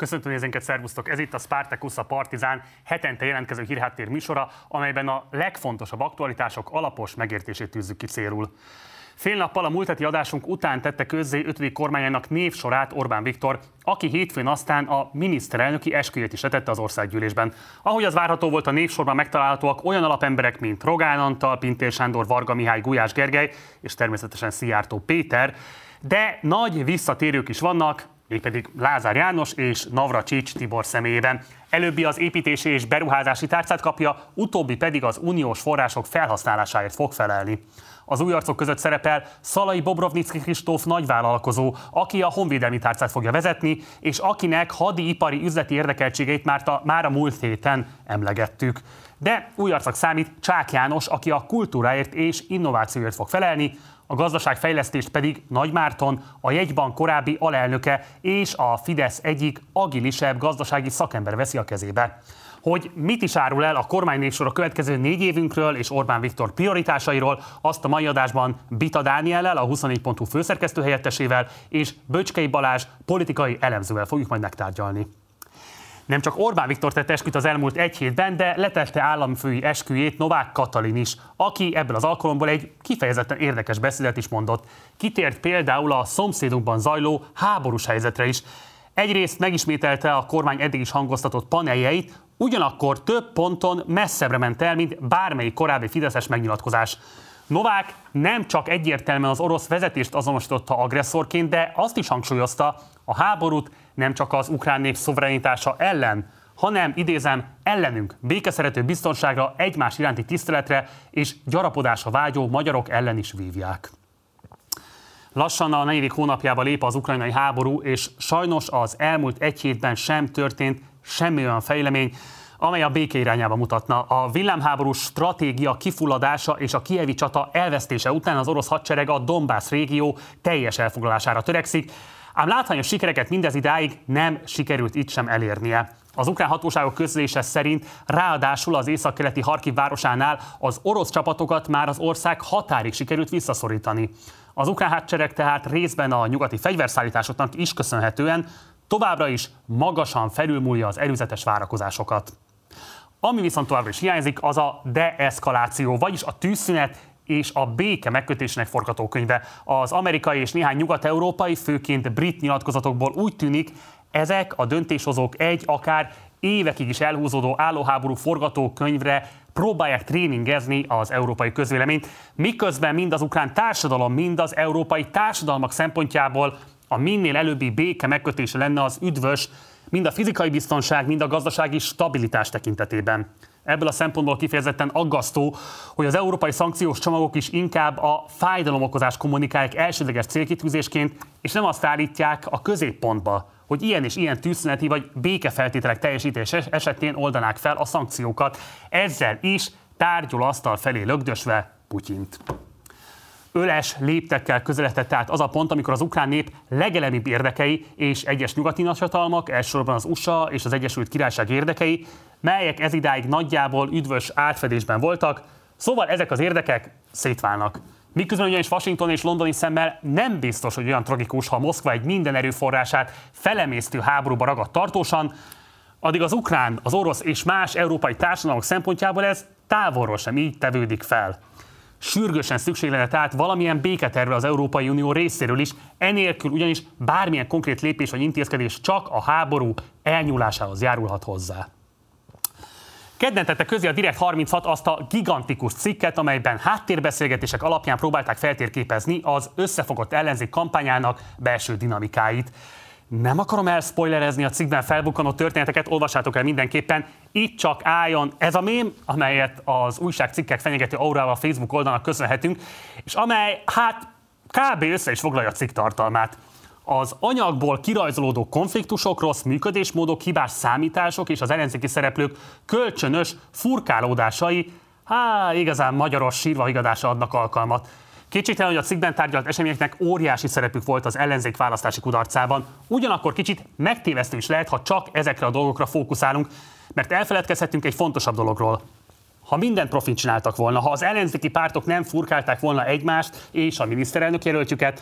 Köszöntöm nézőinket, szervusztok! Ez itt a Spartacus, a Partizán hetente jelentkező hírháttér műsora, amelyben a legfontosabb aktualitások alapos megértését tűzzük ki célul. Fél nappal a múlt heti adásunk után tette közzé 5. kormányának névsorát Orbán Viktor, aki hétfőn aztán a miniszterelnöki esküjét is letette az országgyűlésben. Ahogy az várható volt, a névsorban megtalálhatóak olyan alapemberek, mint Rogán Antal, Pintér Sándor, Varga Mihály, Gulyás Gergely és természetesen Szijjártó Péter, de nagy visszatérők is vannak, mégpedig Lázár János és Navracsics Tibor személyében. Előbbi az építési és beruházási tárcát kapja, utóbbi pedig az uniós források felhasználásáért fog felelni. Az új arcok között szerepel Szalai Bobrovnicki Kristóf nagyvállalkozó, aki a honvédelmi tárcát fogja vezetni, és akinek hadi-ipari üzleti érdekeltségeit már a múlt héten emlegettük. De új arcok számít Csák János, aki a kultúráért és innovációért fog felelni, a gazdaságfejlesztést pedig Nagy Márton, a jegybank korábbi alelnöke és a Fidesz egyik agilisebb gazdasági szakember veszi a kezébe. Hogy mit is árul el a kormánynévsor a következő 4 évünkről és Orbán Viktor prioritásairól, azt a mai adásban Bita Dániellel, a 24.hu főszerkesztő helyettesével és Böcskei Balázs politikai elemzővel fogjuk majd megtárgyalni. Nem csak Orbán Viktor tett esküt az elmúlt 1 hétben, de letette államfői esküjét Novák Katalin is, aki ebből az alkalomból egy kifejezetten érdekes beszédet is mondott. Kitért például a szomszédunkban zajló háborús helyzetre is. Egyrészt megismételte a kormány eddig is hangoztatott paneljeit, ugyanakkor több ponton messzebbre ment el, mint bármelyik korábbi fideszes megnyilatkozás. Novák nem csak egyértelműen az orosz vezetést azonosította agresszorként, de azt is hangsúlyozta, a háborút nem csak az ukrán nép szuverenitása ellen, hanem, idézem, ellenünk békeszerető biztonságra, egymás iránti tiszteletre és gyarapodásra vágyó magyarok ellen is vívják. Lassan a 4. hónapjába lép az ukrajnai háború, és sajnos az elmúlt 1 hétben sem történt semmi olyan fejlemény, amely a béke irányába mutatna. A villámháborús stratégia kifulladása és a kijevi csata elvesztése után az orosz hadsereg a Donbass régió teljes elfoglalására törekszik, ám látványos sikereket mindez idáig nem sikerült itt sem elérnie. Az ukrán hatóságok közlése szerint ráadásul az északkeleti Harkiv városánál az orosz csapatokat már az ország határig sikerült visszaszorítani. Az ukrán hadsereg tehát részben a nyugati fegyverszállításoknak is köszönhetően továbbra is magasan felülmúlja az előzetes várakozásokat. Ami viszont továbbra is hiányzik, az a deeszkaláció, vagyis a tűzszünet és a béke megkötésének forgatókönyve. Az amerikai és néhány nyugat-európai, főként brit nyilatkozatokból úgy tűnik, ezek a döntéshozók akár évekig is elhúzódó állóháború forgatókönyvre próbálják tréningezni az európai közvéleményt, miközben mind az ukrán társadalom, mind az európai társadalmak szempontjából a minél előbbi béke megkötése lenne az üdvös, mind a fizikai biztonság, mind a gazdasági stabilitás tekintetében. Ebből a szempontból kifejezetten aggasztó, hogy az európai szankciós csomagok is inkább a fájdalomokozást kommunikálják elsődleges célkitűzésként, és nem azt állítják a középpontba, hogy ilyen és ilyen tűzszüneti vagy békefeltételek teljesítése esetén oldanák fel a szankciókat. Ezzel is tárgyalóasztal felé lögdösve Putyint. Öles léptekkel közeledett tehát az a pont, amikor az ukrán nép legelemibb érdekei és egyes nyugati nagyhatalmak, elsősorban az USA és az Egyesült Királyság érdekei, melyek ezidáig nagyjából üdvös átfedésben voltak, szóval ezek az érdekek szétválnak. Miközben ugyanis Washington és Londoni szemmel nem biztos, hogy olyan tragikus, ha Moszkva egy minden erőforrását felemésztő háborúba ragad tartósan, addig az ukrán, az orosz és más európai társadalmak szempontjából ez távolról sem így tevődik fel. Sürgősen szükség lenne tehát valamilyen béketervre az Európai Unió részéről is, enélkül ugyanis bármilyen konkrét lépés vagy intézkedés csak a háború elnyúlásához járulhat hozzá. Kedden tette közé a Direkt 36 azt a gigantikus cikket, amelyben háttérbeszélgetések alapján próbálták feltérképezni az összefogott ellenzék kampányának belső dinamikáit. Nem akarom elspoilerezni a cikkben felbukkanó történeteket, olvassátok el mindenképpen. Itt csak álljon ez a mém, amelyet az újságcikkek fenyegető aurával a Facebook oldalnak köszönhetünk, és amely kb. Össze is foglalja a cikk tartalmát. Az anyagból kirajzolódó konfliktusok, rossz működésmódok, hibás számítások és az ellenzéki szereplők kölcsönös furkálódásai, igazán magyaros sírva-higadásra adnak alkalmat. Kétségtelen, hogy a cikkben tárgyalt eseményeknek óriási szerepük volt az ellenzék választási kudarcában. Ugyanakkor kicsit megtévesztő is lehet, ha csak ezekre a dolgokra fókuszálunk, mert elfeledkezhetünk egy fontosabb dologról. Ha mindent profit csináltak volna, ha az ellenzéki pártok nem furkálták volna egymást és a miniszterelnök jelöltjüket,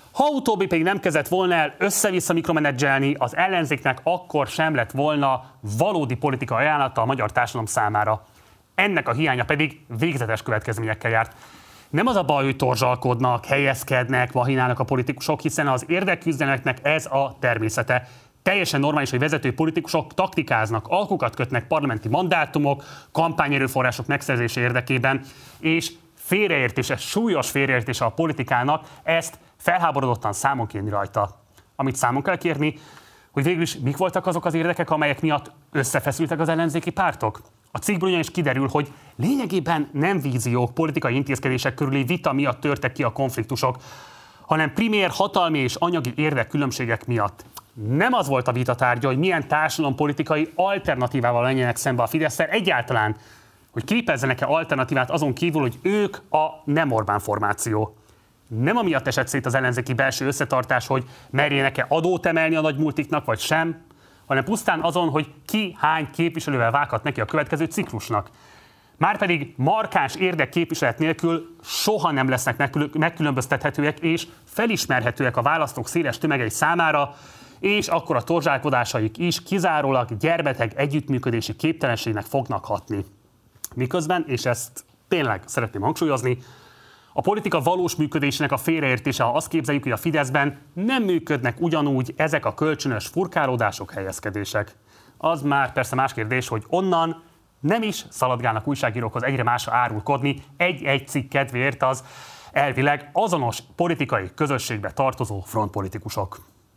Ha utóbbi pedig nem kezdett volna el össze-vissza mikromenedzselni, az ellenzéknek akkor sem lett volna valódi politika ajánlata a magyar társadalom számára. Ennek a hiánya pedig végzetes következményekkel járt. Nem az a baj, hogy torzsalkodnak, helyezkednek, vahinálnak a politikusok, hiszen az érdekküzdelemeknek ez a természete. Teljesen normális, hogy vezető politikusok taktikáznak, alkukat kötnek parlamenti mandátumok, kampányerőforrások megszerzése érdekében, és félreértése, súlyos félreértése a politikának, ezt felháborodottan számon kérni rajta. Amit számon kell kérni, hogy végül is mik voltak azok az érdekek, amelyek miatt összefeszültek az ellenzéki pártok? A cikkből ugyanis kiderül, hogy lényegében nem víziók, politikai intézkedések körüli vita miatt törtek ki a konfliktusok, hanem primér hatalmi és anyagi érdekkülönbségek miatt. Nem az volt a vita tárgya, hogy milyen társadalompolitikai alternatívával menjenek szembe a Fidesz-szel egyáltalán, hogy képezzenek-e alternatívát azon kívül, hogy ők a nem Orbán formáció. Nem amiatt esett szét az ellenzéki belső összetartás, hogy merjenek-e adót emelni a nagymultiknak, vagy sem, hanem pusztán azon, hogy ki hány képviselővel vághat neki a következő ciklusnak. Márpedig markáns érdekképviselet nélkül soha nem lesznek megkülönböztethetőek és felismerhetőek a választók széles tömegei számára, és akkor a torzsálkodásaik is kizárólag gyermeteg együttműködési képtelenségnek fognak hatni. Miközben, és ezt tényleg szeretném hangsúlyozni, a politika valós működésének a félreértése, ha azt képzeljük, hogy a Fideszben nem működnek ugyanúgy ezek a kölcsönös furkálódások, helyezkedések. Az már persze más kérdés, hogy onnan nem is szaladgálnak újságírókhoz egyre másra árulkodni egy-egy cikk kedvéért az elvileg azonos politikai közösségbe tartozó frontpolitikusok.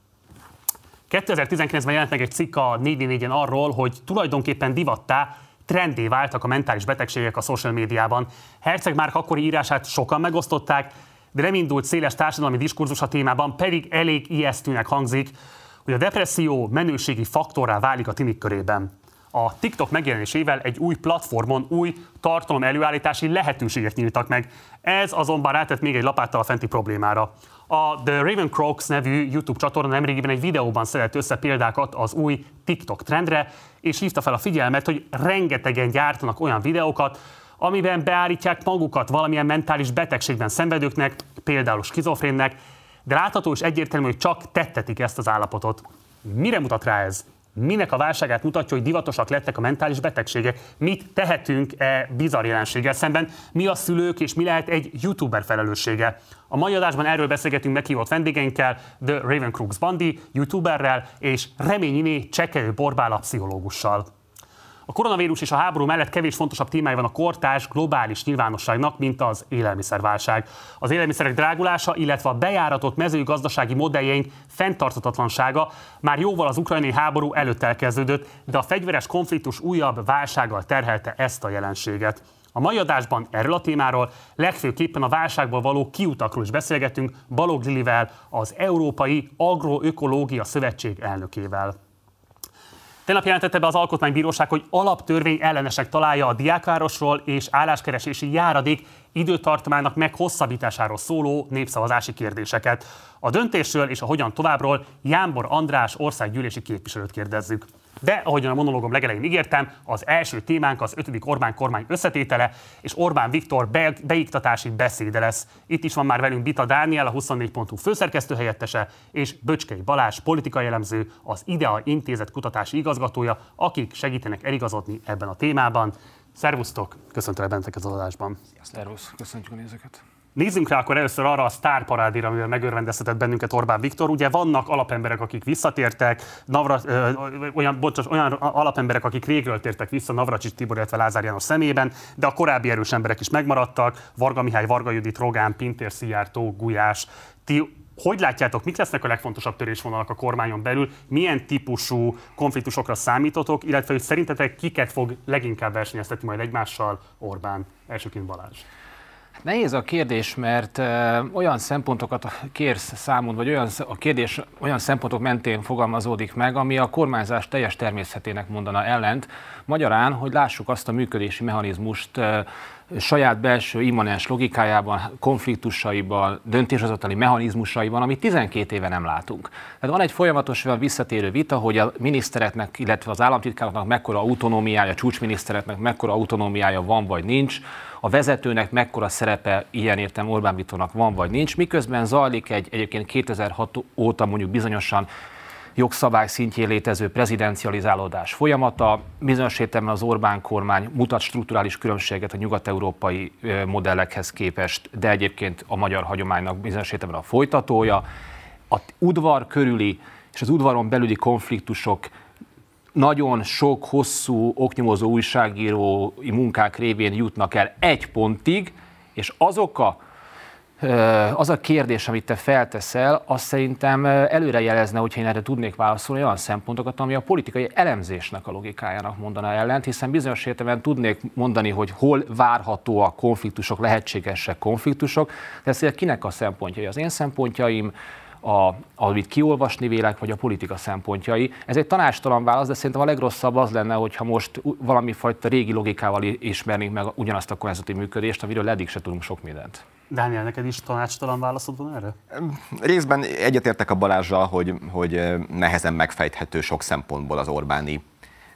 2019-ben jelent meg egy cikk a 444-en arról, hogy tulajdonképpen divattá, trendé váltak a mentális betegségek a social médiában. Herceg Márk akkori írását sokan megosztották, de nem indult széles társadalmi diskurzus a témában, pedig elég ijesztőnek hangzik, hogy a depresszió menőségi faktorrá válik a tinik körében. A TikTok megjelenésével egy új platformon új tartalom előállítási lehetőségek nyíltak meg. Ez azonban rátett még egy lapáttal a fenti problémára. A The Raven Crocs nevű YouTube csatorna nemrégiben egy videóban szedett össze példákat az új TikTok trendre, és hívta fel a figyelmet, hogy rengetegen gyártanak olyan videókat, amiben beállítják magukat valamilyen mentális betegségben szenvedőknek, például skizofrénnek, de látható és egyértelmű, hogy csak tettetik ezt az állapotot. Mire mutat rá ez? Minek a válságát mutatja, hogy divatosak lettek a mentális betegségek? Mit tehetünk bizarr jelenséggel szemben? Mi a szülők és mi lehet egy youtuber felelőssége? A mai adásban erről beszélgetünk meghívott vendégeinkkel, The Raven Crocs Bandi, youtuberrel és Reményiné Csekelő Borbála pszichológussal. A koronavírus és a háború mellett kevés fontosabb témája van a kortárs globális nyilvánosságnak, mint az élelmiszerválság. Az élelmiszerek drágulása, illetve a bejáratott mezőgazdasági modelljeink fenntarthatatlansága már jóval az ukrajnai háború előtt elkezdődött, de a fegyveres konfliktus újabb válsággal terhelte ezt a jelenséget. A mai adásban erről a témáról, legfőképpen a válságból való kiutakról is beszélgetünk Balogh Lilivel, az Európai Agroökológia Szövetség elnökével. Tegnap jelentette be az Alkotmánybíróság, hogy alaptörvény ellenesnek találja a diákvárosról és álláskeresési járadék időtartamának meghosszabbításáról szóló népszavazási kérdéseket. A döntésről és a hogyan továbbról Jámbor András országgyűlési képviselőt kérdezzük. De ahogyan a monológom legelején ígértem, az első témánk az 5. Orbán kormány összetétele és Orbán Viktor beiktatási beszéde lesz. Itt is van már velünk Bita Dániel, a 24.hu főszerkesztő helyettese, és Böcskei Balázs, politikai elemző, az IDEA Intézet kutatási igazgatója, akik segítenek eligazodni ebben a témában. Szervusztok, köszöntelek benneteket az adásban. Szervusz, köszöntjük a nézőket. Nézzünk rá akkor először arra a sztárparádéra, amivel megörvendeztetett bennünket Orbán Viktor. Ugye vannak alapemberek, akik visszatértek, olyan alapemberek, akik régről tértek vissza Navracsics Tibor, illetve Lázár János szemében, de a korábbi erős emberek is megmaradtak, Varga Mihály, Varga Judit, Rogán, Pintér Szijjártó, Gulyás. Ti hogy látjátok, mik lesznek a legfontosabb törésvonalak a kormányon belül, milyen típusú konfliktusokra számítotok, illetve hogy szerintetek kiket fog leginkább versenyeztetni majd egymással Orbán? Elsőként Balázs. Nehéz a kérdés, mert olyan szempontokat kérsz számon, vagy a kérdés olyan szempontok mentén fogalmazódik meg, ami a kormányzás teljes természetének mondana ellent. Magyarán, hogy lássuk azt a működési mechanizmust, saját belső immanens logikájában, konfliktusaiban, döntéshozatali mechanizmusaiban, amit 12 éve nem látunk. Tehát van egy folyamatosan visszatérő vita, hogy a minisztereknek, illetve az államtitkároknak mekkora autonómiája, a csúcsminisztereknek mekkora autonómiája van vagy nincs, a vezetőnek mekkora szerepe ilyen értem Orbán Viktornak van vagy nincs, miközben zajlik egy egyébként 2006 óta mondjuk bizonyosan jogszabály szintjén létező prezidencializálódás folyamata. Bizonyos értelemben az Orbán kormány mutat strukturális különbséget a nyugat-európai modellekhez képest, de egyébként a magyar hagyománynak bizonyos értelemben a folytatója. Az udvar körüli és az udvaron belüli konfliktusok nagyon sok, hosszú, oknyomozó újságírói munkák révén jutnak el egy pontig, és az a kérdés, amit te felteszel, azt szerintem előrejelezne, hogyha én erre tudnék válaszolni olyan szempontokat, ami a politikai elemzésnek a logikájának mondana ellent, hiszen bizonyos értelemben tudnék mondani, hogy hol várhatóak konfliktusok, lehetségesek konfliktusok, de ez kinek a szempontjai? Az én szempontjaim, amit kiolvasni vélek, vagy a politika szempontjai. Ez egy tanácstalan válasz, de szerintem a legrosszabb az lenne, hogyha most valami fajta régi logikával ismernénk meg ugyanazt a kormányzati működést, amiről eddig se tudunk sok mindent. Dániel, neked is tanácstalan válaszod van erre? Részben egyetértek a Balázssal, hogy nehezen megfejthető sok szempontból az Orbáni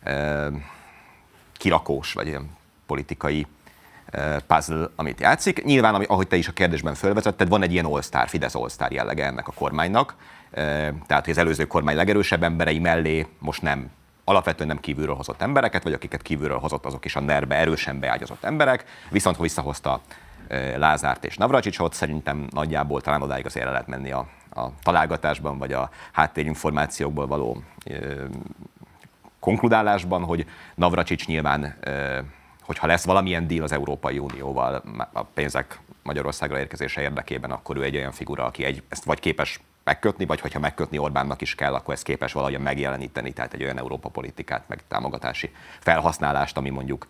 kirakós, vagy ilyen politikai puzzle, amit játszik. Nyilván, ahogy te is a kérdésben felvetetted, van egy ilyen all-star, Fidesz all-star jellege ennek a kormánynak. Tehát, hogy az előző kormány legerősebb emberei mellé most alapvetően nem kívülről hozott embereket, vagy akiket kívülről hozott, azok is a NER-be erősen beágyazott emberek, viszont visszahozta Lázárt és Navracsicsot, szerintem nagyjából talán odáig azért el lehet menni a találgatásban, vagy a háttérinformációkból való konkludálásban, hogy Navracsics nyilván, hogyha lesz valamilyen deal az Európai Unióval a pénzek Magyarországra érkezése érdekében, akkor ő egy olyan figura, aki ezt vagy képes megkötni, vagy hogyha megkötni Orbánnak is kell, akkor ezt képes valahogyan megjeleníteni, tehát egy olyan Európa politikát, meg támogatási felhasználást, ami mondjuk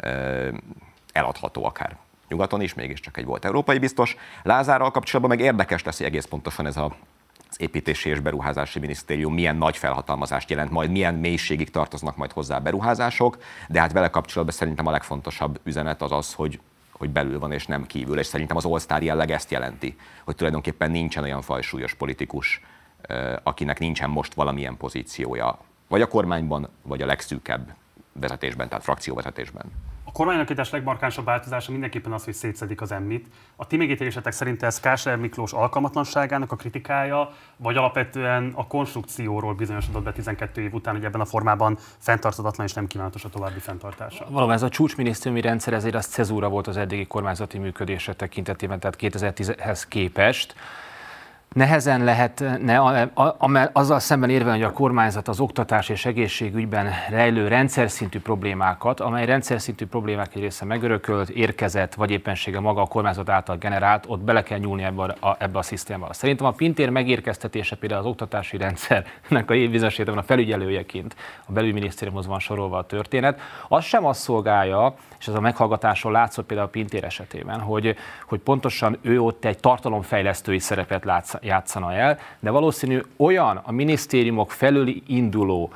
eladható akár nyugaton is, mégiscsak egy volt európai biztos. Lázárral kapcsolatban meg érdekes lesz egész pontosan ez az építési és beruházási minisztérium milyen nagy felhatalmazást jelent, majd milyen mélységig tartoznak majd hozzá beruházások, de hát vele kapcsolatban szerintem a legfontosabb üzenet az, hogy belül van és nem kívül, és szerintem az all-star jelleg ezt jelenti, hogy tulajdonképpen nincsen olyan fajsúlyos politikus, akinek nincsen most valamilyen pozíciója, vagy a kormányban, vagy a legszűkebb vezetésben, tehát frakcióvezetésben. A kormányalakítás legmarkánsabb változása mindenképpen az, hogy szétszedik az emmit. A ti megítélésetek szerint ez Kásler Miklós alkalmatlanságának a kritikája, vagy alapvetően a konstrukcióról bizonyosodott be 12 év után, hogy ebben a formában fenntarthatatlan és nem kívánatos a további fenntartása? Valóban ez a csúcsminisztériumi rendszer ezért az cezúra volt az eddigi kormányzati működése tekintetében, tehát 2010-hez képest. Nehezen lehetne azzal szemben érvelni, hogy a kormányzat az oktatás és egészségügyben rejlő rendszer szintű problémákat, amely rendszer szintű problémák egy része megörökölt, érkezett, vagy éppenséggel maga a kormányzat által generált, ott bele kell nyúlni ebbe a szisztémába. Szerintem a Pintér megérkeztetése például az oktatási rendszernek a bizonyosításban a felügyelőjeként a belügyminisztériumhoz van sorolva a történet, az sem azt szolgálja, és ez a meghallgatáson látszott például a Pintér esetében, hogy pontosan ő ott egy tartalomfejlesztői szerepet játszana el, de valószínű olyan a minisztériumok felüli induló,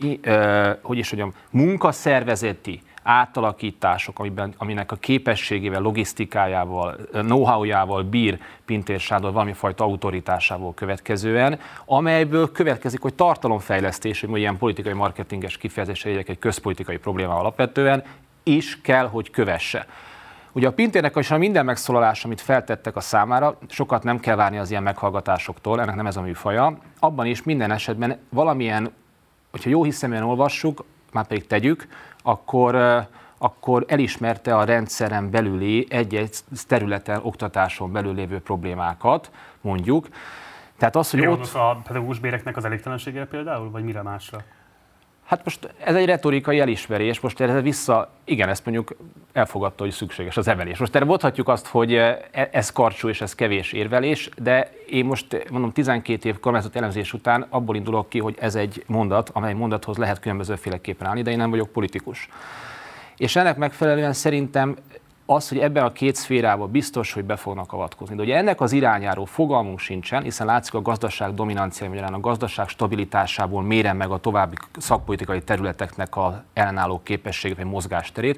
munkaszervezeti átalakítások, aminek a képességével, logisztikájával, know-howjával bír Pintér Sándor valamifajta autoritásával következően, amelyből következik, hogy tartalomfejlesztés, hogy ilyen politikai marketinges kifejezésre egy közpolitikai probléma alapvetően is kell, hogy kövesse. Ugye a Pintérnek is a minden megszólalás, amit feltettek a számára, sokat nem kell várni az ilyen meghallgatásoktól, ennek nem ez a műfaja. Abban is minden esetben valamilyen, hogyha jó hiszeműen olvassuk, már pedig tegyük, akkor elismerte a rendszeren belüli egy-egy területen, oktatáson belül lévő problémákat, mondjuk. Tehát az, hogy ott... a pedagógus béreknek az elégtelenségére például, vagy mire másra? Hát most ez egy retorikai elismerés, most erre igen, ezt mondjuk elfogadta, hogy szükséges az emelés. Most erre mondhatjuk azt, hogy ez karcsú és ez kevés érvelés, de én most mondom 12 év kormányzati elemzés után abból indulok ki, hogy ez egy mondat, amely mondathoz lehet különbözőféleképpen állni, de én nem vagyok politikus. És ennek megfelelően szerintem az, hogy ebben a két szférában biztos, hogy be fognak avatkozni. De ugye ennek az irányáról fogalmunk sincsen, hiszen látszik a gazdaság dominanciája, magyarán a gazdaság stabilitásából mérem meg a további szakpolitikai területeknek az ellenálló képességét vagy mozgásterét.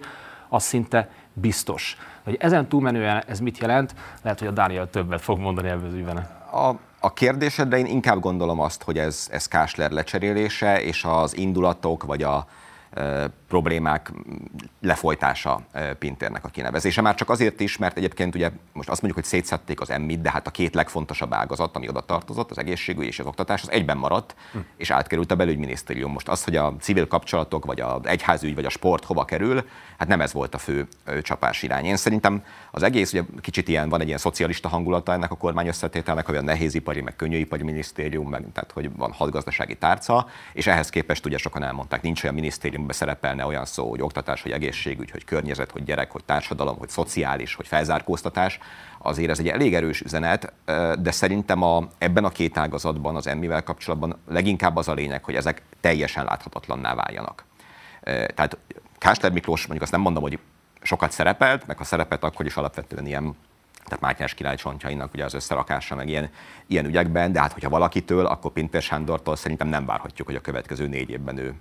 az szinte biztos. Hogy ezen túlmenően ez mit jelent, lehet, hogy a Dániel többet fog mondani ebben az ügyben. A kérdésedre én inkább gondolom azt, hogy ez Kásler lecserélése, és az indulatok vagy a problémák lefolytása Pintérnek a kinevezése. Már csak azért is, mert egyébként ugye most azt mondjuk, hogy szétszedték az emmit, de hát a két legfontosabb ágazat, ami oda tartozott, az egészségügy és az oktatás, az egyben maradt, és átkerült a belügyminisztérium. Most az, hogy a civil kapcsolatok, vagy az egyházügy, vagy a sport hova kerül, hát nem ez volt a fő csapás irány. Én szerintem az egész, ugye kicsit ilyen, van egy ilyen szocialista hangulata ennek a kormány összetételnek, hogy a nehézipari, meg könnyűipari minisztérium, meg, tehát hogy van 6 gazdasági tárca, és ehhez képest ugye sokan elmondták, nincs olyan minisztériumban szerepelne olyan szó, hogy oktatás, hogy egészségügy, hogy környezet, hogy gyerek, hogy társadalom, hogy szociális, hogy felzárkóztatás. Azért ez egy elég erős üzenet, de szerintem ebben a két ágazatban, az emmivel kapcsolatban leginkább az a lényeg, hogy ezek teljesen láthatatlanná váljanak. Tehát Kásler Miklós, mondjuk azt nem mondom, hogy sokat szerepelt, meg ha szerepelt, akkor is alapvetően ilyen, tehát Mátyás király csontjainak ugye az összerakása, meg ilyen ügyekben, de hát hogyha valakitől, akkor Pintér Sándortól szerintem nem várhatjuk, hogy a következő 4 évben ő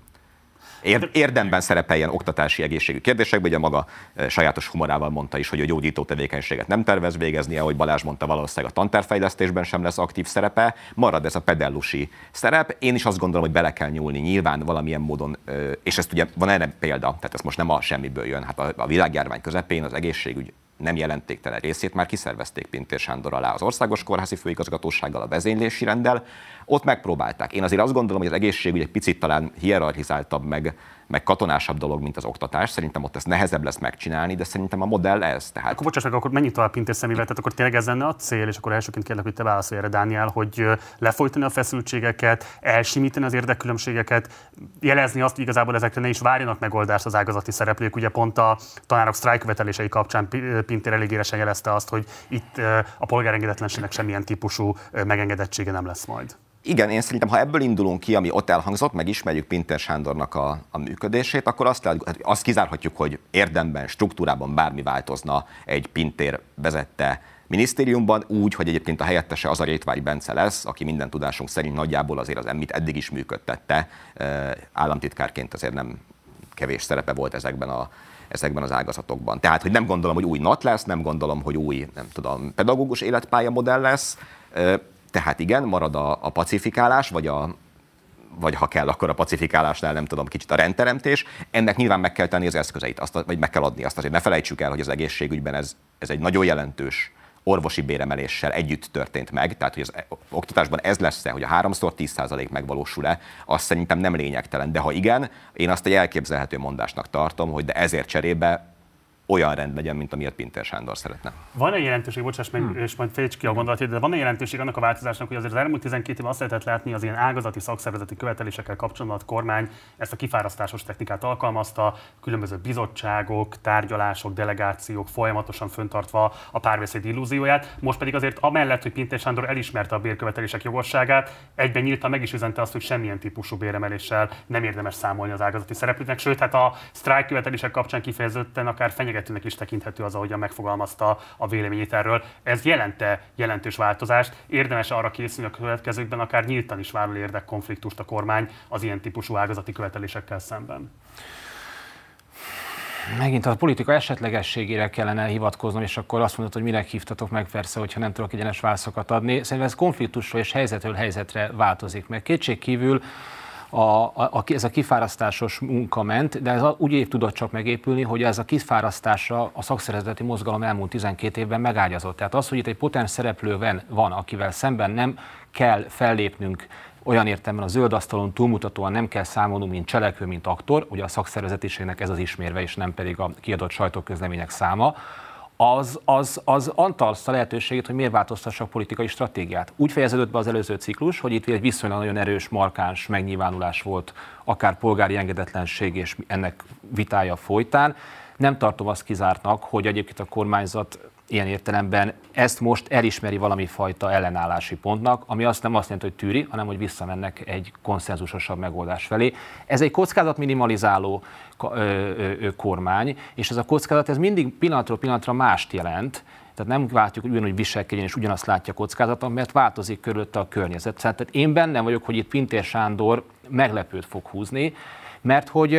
érdemben szerepeljen oktatási egészségügyi kérdésekben, ugye maga sajátos humorával mondta is, hogy a gyógyító tevékenységet nem tervez végeznie, ahogy Balázs mondta, valószínűleg a tantervfejlesztésben sem lesz aktív szerepe, marad ez a pedellusi szerep. Én is azt gondolom, hogy bele kell nyúlni nyilván valamilyen módon, és ezt ugye van erre példa, tehát ez most nem a semmiből jön, hát a világjárvány közepén az egészségügy nem jelentéktelen részét már kiszervezték Pintér Sándor alá az Országos Kórházi Főigazgatósággal, a vezénylési renddel. Ott megpróbálták. Én azért azt gondolom, hogy az egészségügy egy picit talán hierarchizáltabb, meg katonásabb dolog, mint az oktatás. Szerintem ott ezt nehezebb lesz megcsinálni, de szerintem a modell ez. Tehát... Akkor bocsáss meg, akkor mennyit tovább Pintér szemével, tehát akkor tényleg ez lenne a cél, és akkor elsőként kérlek, hogy te válaszolj erre, Dániel, hogy lefolytani a feszültségeket, elsimítani az érdekkülönbségeket, jelezni azt, hogy igazából ezekre ne is várjanak megoldást az ágazati szereplők. Ugye pont a tanárok sztrájkkövetelései kapcsán Pintér elég élesen jelezte azt, hogy itt a polgárengedetlenségnek semmilyen típusú megengedettsége nem lesz majd. Igen, én szerintem, ha ebből indulunk ki, ami ott elhangzott, meg ismerjük Pintér Sándornak a működését, akkor azt kizárhatjuk, hogy érdemben, struktúrában bármi változna egy Pintér vezette minisztériumban, úgy, hogy egyébként a helyettese az a Rétvári Bence lesz, aki minden tudásunk szerint nagyjából azért az emmit eddig is működtette. Államtitkárként azért nem kevés szerepe volt ezekben az ágazatokban. Tehát, hogy nem gondolom, hogy új NAT lesz, nem gondolom, hogy új, nem tudom, pedagógus életpálya modell lesz. Tehát igen, marad a pacifikálás, vagy ha kell, akkor a pacifikálásnál nem tudom, kicsit a rendteremtés. Ennek nyilván meg kell tenni az eszközeit, vagy meg kell adni azt. Azért ne felejtsük el, hogy az egészségügyben ez egy nagyon jelentős orvosi béremeléssel együtt történt meg, tehát hogy az oktatásban ez lesz-e, hogy a 3x 10% megvalósul-e, az szerintem nem lényegtelen. De ha igen, én azt egy elképzelhető mondásnak tartom, hogy de ezért cserébe olyan rend legyen, mint amilyet Pintér Sándor szeretne. Van-e jelentőség, bocsáss meg, és majd fejtsd ki a gondolatot, de van-e jelentőség annak a változásnak, hogy azért az elmúlt 12 évben azt lehetett látni, az ilyen ágazati, szakszervezeti követelésekkel kapcsolatban a kormány ezt a kifárasztásos technikát alkalmazta, különböző bizottságok, tárgyalások, delegációk folyamatosan föntartva a párbeszéd illúzióját. Most pedig azért amellett, hogy Pintér Sándor elismerte a bérkövetelések jogosságát, egyben nyíltan meg is üzente azt, hogy semmilyen típusú béremeléssel nem érdemes számolni az ágazati szereplőknek, sőt, hát a sztrájkkövetelések kapcsán kifejezetten akár fenyegetőnek is tekinthető az, ahogyan megfogalmazta a véleményét erről. Ez jelente jelentős változást? Érdemes arra készülni a következőkben, akár nyíltan is vállal érdekkonfliktust a kormány az ilyen típusú ágazati követelésekkel szemben? Megint a politika esetlegességére kellene hivatkoznom, és akkor azt mondod, hogy minek hívtatok meg, persze, hogyha nem tudok egyenes válaszokat adni. Szerintem ez konfliktusról és helyzetről helyzetre változik meg. Kétségkívül ez a kifárasztásos munka ment, de ez úgy tudott csak megépülni, hogy ez a kifárasztásra a szakszervezeti mozgalom elmúlt 12 évben megágyazott. Tehát az, hogy itt egy potens szereplő van, akivel szemben nem kell fellépnünk, olyan értelemben a zöld asztalon túlmutatóan nem kell számolnunk, mint cselekvő, mint aktor, ugye a szakszervezetiségnek ez az ismérve, és nem pedig a kiadott sajtóközlemények száma, az antalszta lehetőségét, hogy miért változtassak politikai stratégiát. Úgy fejeződött be az előző ciklus, hogy itt egy viszonylag nagyon erős, markáns megnyilvánulás volt, akár polgári engedetlenség és ennek vitája folytán. Nem tartom azt kizártnak, hogy egyébként a kormányzat ilyen értelemben ezt most elismeri valami fajta ellenállási pontnak, ami nem azt jelenti, hogy tűri, hanem hogy visszamennek egy konszenzusosabb megoldás felé. Ez egy kockázatminimalizáló kormány, és ez a kockázat ez mindig pillanatról pillanatra mást jelent, tehát nem látjuk, hogy ugyanúgy viselkedjen, és ugyanazt látja kockázaton, mert változik körülötte a környezet. Tehát én bennem vagyok, hogy itt Pintér Sándor meglepőt fog húzni, mert hogy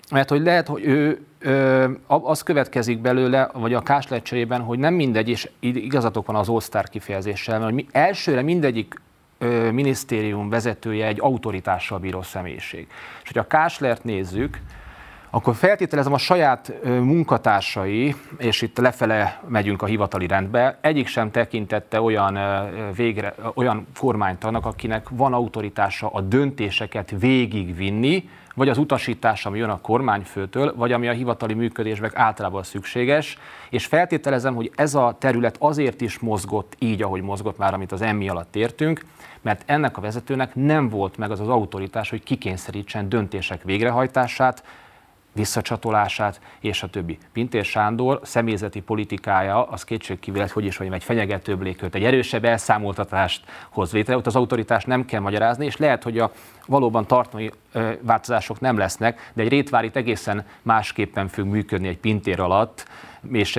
Mert hogy lehet, hogy ő az következik belőle, vagy a Kásler cserében, hogy nem mindegy, és igazatok van az all-star kifejezéssel, mert hogy elsőre mindegyik minisztérium vezetője egy autoritással bíró személyiség. És hogyha a Káslert nézzük, akkor feltételezem a saját munkatársai, és itt lefele megyünk a hivatali rendbe, egyik sem tekintette olyan kormánytagnak, akinek van autoritása a döntéseket végigvinni, vagy az utasítás, ami jön a kormányfőtől, vagy ami a hivatali működésben általában szükséges, és feltételezem, hogy ez a terület azért is mozgott így, ahogy mozgott már, amit az emmi alatt értünk, mert ennek a vezetőnek nem volt meg az az autoritás, hogy kikényszerítsen döntések végrehajtását, visszacsatolását, és a többi. Pintér Sándor személyzeti politikája, az kétségkívül, hogy is mondjam, egy fenyegetőbb légkört, egy erősebb elszámoltatást hoz létre, ott az autoritást nem kell magyarázni, és lehet, hogy a valóban tartalmi változások nem lesznek, de egy Rétvári egészen másképpen fog működni egy Pintér alatt, és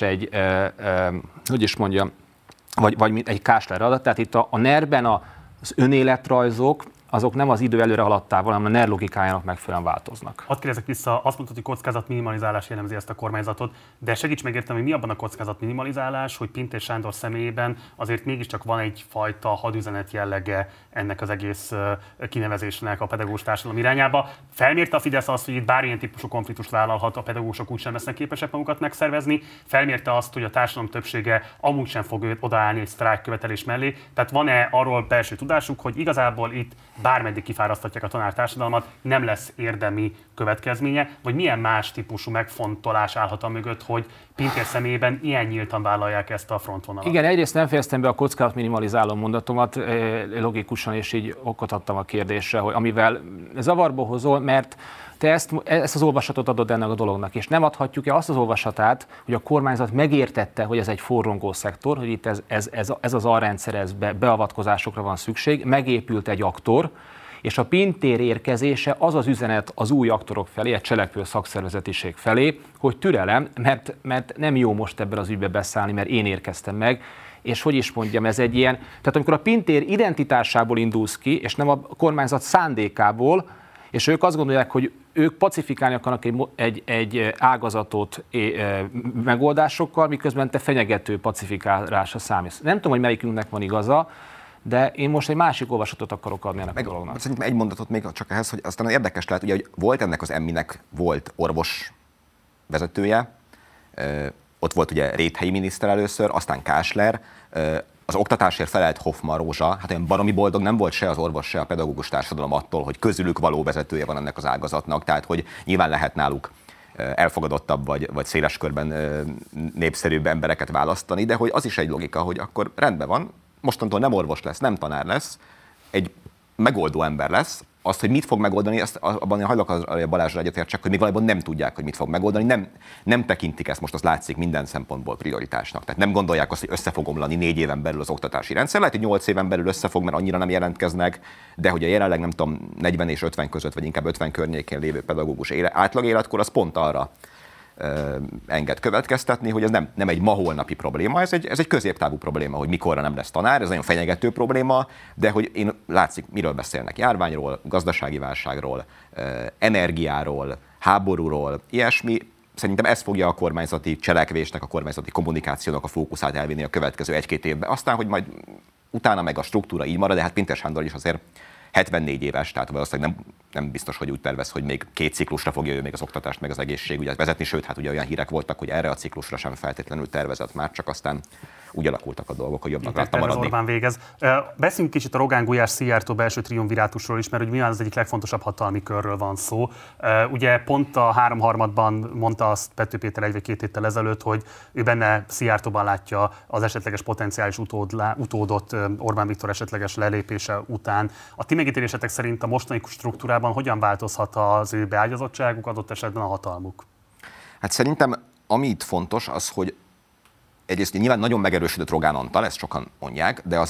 vagy egy Kásler alatt. Tehát itt a NER-ben az önéletrajzok, azok nem az idő előre haladtával, hanem a NER logikájának megfelelően változnak. Hadd kérdezek vissza, azt mondtad, hogy kockázat minimalizálás jellemzi ezt a kormányzatot, de segíts megérteni, hogy mi abban a kockázat minimalizálás, hogy Pintér Sándor személyében azért mégiscsak van egyfajta hadüzenet jellege ennek az egész kinevezésnek a pedagógus társadalom irányába. Felmérte a Fidesz azt, hogy itt bármilyen típusú konfliktust vállalhat, a pedagógusok úgysem lesznek képesek magukat megszervezni, felmérte azt, hogy a társadalom többsége amúgy sem fog odaállni egy sztrájk követelés mellé. Tehát van-e arról belső tudásuk, hogy igazából itt bármeddig kifárasztatják a tanártársadalmat, nem lesz érdemi következménye, vagy milyen más típusú megfontolás állhat a mögött, hogy Pintér személyében ilyen nyíltan vállalják ezt a frontvonalat? Igen, egyrészt nem fejeztem be a kockázat minimalizáló mondatomat logikusan, és így okot adtam a kérdésre, hogy amivel zavarba hozol, mert te ezt az olvasatot adod ennek a dolognak, és nem adhatjuk-e azt az olvasatát, hogy a kormányzat megértette, hogy ez egy forrongó szektor, hogy itt ez az alrendszer, beavatkozásokra van szükség, megépült egy aktor, és a Pintér érkezése az az üzenet az új aktorok felé, egy cselekvő szakszervezetiség felé, hogy türelem, mert nem jó most ebben az ügyben beszállni, mert én érkeztem meg, és hogy is mondjam, ez egy ilyen, tehát amikor a Pintér identitásából indulsz ki, és nem a kormányzat szándékából, és ők azt gondolják, hogy ők pacifikálni akarnak egy ágazatot megoldásokkal, miközben te fenyegető pacifikálásra számítasz. Nem tudom, hogy melyikünknek van igaza, de én most egy másik olvasatot akarok adni ennek a dolognak. Szerintem egy mondatot még csak ehhez, hogy aztán érdekes lehet, ugye, hogy volt ennek az emminek volt orvos vezetője, ott volt ugye Réthelyi miniszter először, aztán Kásler, az oktatásért felelt Hoffmann Rózsa, hát olyan baromi boldog nem volt se az orvos, se a pedagógus társadalom attól, hogy közülük való vezetője van ennek az ágazatnak, tehát hogy nyilván lehet náluk elfogadottabb vagy széles körben népszerűbb embereket választani, de hogy az is egy logika, hogy akkor rendben van, mostantól nem orvos lesz, nem tanár lesz, egy megoldó ember lesz. Azt, hogy mit fog megoldani, abban hajlok a Balázsra egyetértsek, hogy még valójában nem tudják, hogy mit fog megoldani, nem tekintik ezt, most az látszik minden szempontból prioritásnak. Tehát nem gondolják azt, hogy össze fog omlani 4 éven belül az oktatási rendszer, lehet, hogy 8 éven belül összefog, mert annyira nem jelentkeznek, de hogy a jelenleg nem tudom, 40 és 50 között, vagy inkább 50 környékén lévő pedagógus átlag életkor, az pont arra enged következtetni, hogy ez nem egy ma-holnapi probléma, ez egy középtávú probléma, hogy mikorra nem lesz tanár, ez nagyon fenyegető probléma, de hogy látszik, miről beszélnek, járványról, gazdasági válságról, energiáról, háborúról, ilyesmi. Szerintem ez fogja a kormányzati cselekvésnek, a kormányzati kommunikációnak a fókuszát elvinni a következő 1-2 évben. Aztán, hogy majd utána meg a struktúra így marad, de hát Pintér Sándor is azért 74 éves, tehát valószínűleg nem biztos, hogy úgy tervez, hogy még 2 ciklusra fogja ő még az oktatást, meg az egészségügyet vezetni, sőt, hát ugye olyan hírek voltak, hogy erre a ciklusra sem feltétlenül tervezett már, csak aztán úgy alakultak a dolgok, hogy jobbnak látta maradni. Orbán végez. Beszéljünk kicsit a Rogán Gulyás Szijjártó belső triumvirátusról is, mert hogy nyilván az egyik legfontosabb hatalmi körről van szó. Ugye pont a 3/3-ban mondta azt Pető Péter 1 vagy 2 héttel ezelőtt, hogy ő benne Szijjártóban látja az esetleges potenciális utódot Orbán Viktor esetleges lelépése után. A ti megítélésetek szerint a mostani struktúrában hogyan változhat az ő beágyazottságuk, adott esetben a hatalmuk? Hát szerintem ami itt fontos az, hogy egyrészt nyilván nagyon megerősödött Rogán Antal, ezt sokan mondják, de azért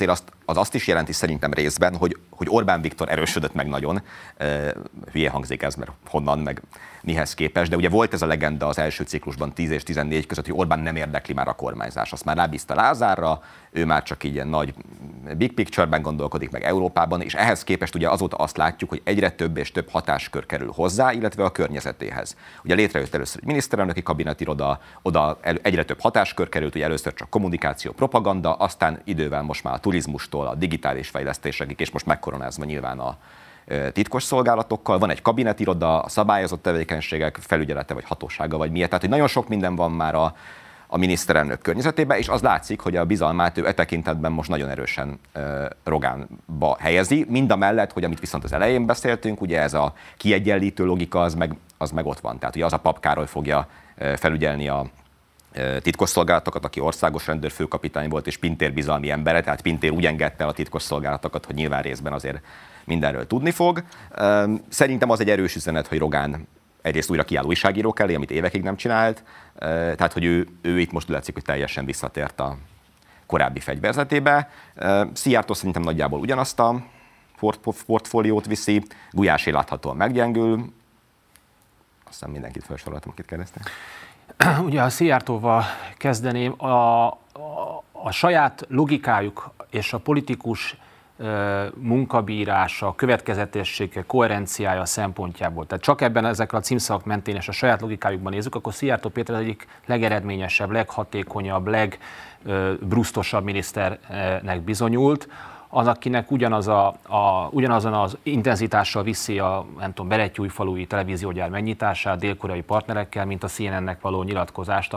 az azt is jelenti szerintem részben, hogy Orbán Viktor erősödött meg nagyon. Hülye hangzik ez, mert honnan, meg mihez képest, de ugye volt ez a legenda az első ciklusban 10 és 14 között, hogy Orbán nem érdekli már a kormányzás. Azt már rábízta Lázárra, ő már csak így ilyen nagy big picture-ben gondolkodik meg Európában, és ehhez képest ugye azóta azt látjuk, hogy egyre több és több hatáskör kerül hozzá, illetve a környezetéhez. Ugye létrejött először egy miniszterelnöki kabinetiroda, oda egyre több hatáskör került, ugye először csak kommunikáció, propaganda, aztán idővel most már a turizmustól a digitális fejlesztésekig, és most megkoronázva nyilván a titkos szolgálatokkal, van egy kabinetiroda, a szabályozott tevékenységek felügyelete vagy hatósága vagy miért. Tehát, hogy nagyon sok minden van már a miniszterelnök környezetében, és az látszik, hogy a bizalmát ő e tekintetben most nagyon erősen Rogánba helyezi, mindamellett, hogy amit viszont az elején beszéltünk, ugye ez a kiegyenlítő logika, az meg ott van. Tehát ugye az a Pap Károly fogja felügyelni a titkosszolgálatokat, aki országos rendőrfőkapitány volt, és Pintér bizalmi embere, tehát Pintér úgy engedte el a titkosszolgálatokat, hogy nyilván részben azért mindenről tudni fog. Szerintem az egy erős üzenet, hogy Rogán egyrészt újra kiáll újságírók elé, amit évekig nem csinált, tehát hogy ő itt most látszik, hogy teljesen visszatért a korábbi fegyverzetébe. Szijjártó szerintem nagyjából ugyanazt a portfóliót viszi, Gulyásé láthatóan meggyengül. Azt hiszem mindenkit felsoroltam, akit kérdeztem. Ugye a Szijjártóval kezdeném, a saját logikájuk és a politikus munkabírása, következetessége, koherenciája szempontjából. Tehát csak ebben ezekkel a címszavak mentén és a saját logikájukban nézzük, akkor Szijjártó Péter az egyik legeredményesebb, leghatékonyabb, legbrusztosabb miniszternek bizonyult, az, akinek ugyanazon az intenzitással viszi a, nem tudom, Berettyújfalui televíziógyár megnyitását dél-koreai partnerekkel, mint a CNN-nek való nyilatkozást,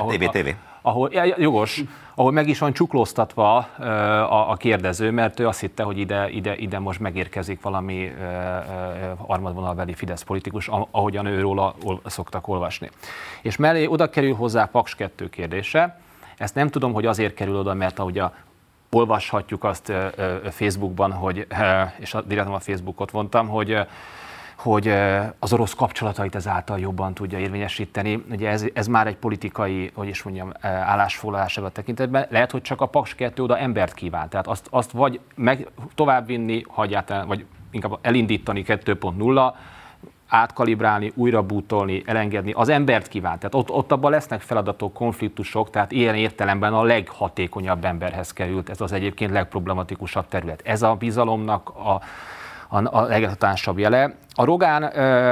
ahol meg is van csuklóztatva a kérdező, mert ő azt hitte, hogy ide most megérkezik valami harmadvonalbeli Fidesz politikus, ahogyan őról szoktak olvasni. És mellé oda kerül hozzá Paks 2 kérdése. Ezt nem tudom, hogy azért kerül oda, mert ahogy olvashatjuk azt Facebookban, és direkt a Facebookot vontam, hogy az orosz kapcsolatait ezáltal jobban tudja érvényesíteni. Ugye ez már egy politikai, állásfoglalás ebben a tekintetben. Lehet, hogy csak a Paks 2 oda embert kíván. Tehát azt vagy továbbvinni, vagy inkább elindítani 2.0, átkalibrálni, újra bútolni, elengedni, az embert kíván. Tehát ott abban lesznek feladatok, konfliktusok, tehát ilyen értelemben a leghatékonyabb emberhez került, ez az egyébként legproblematikusabb terület. Ez a bizalomnak a leghatásabb jele. A Rogán,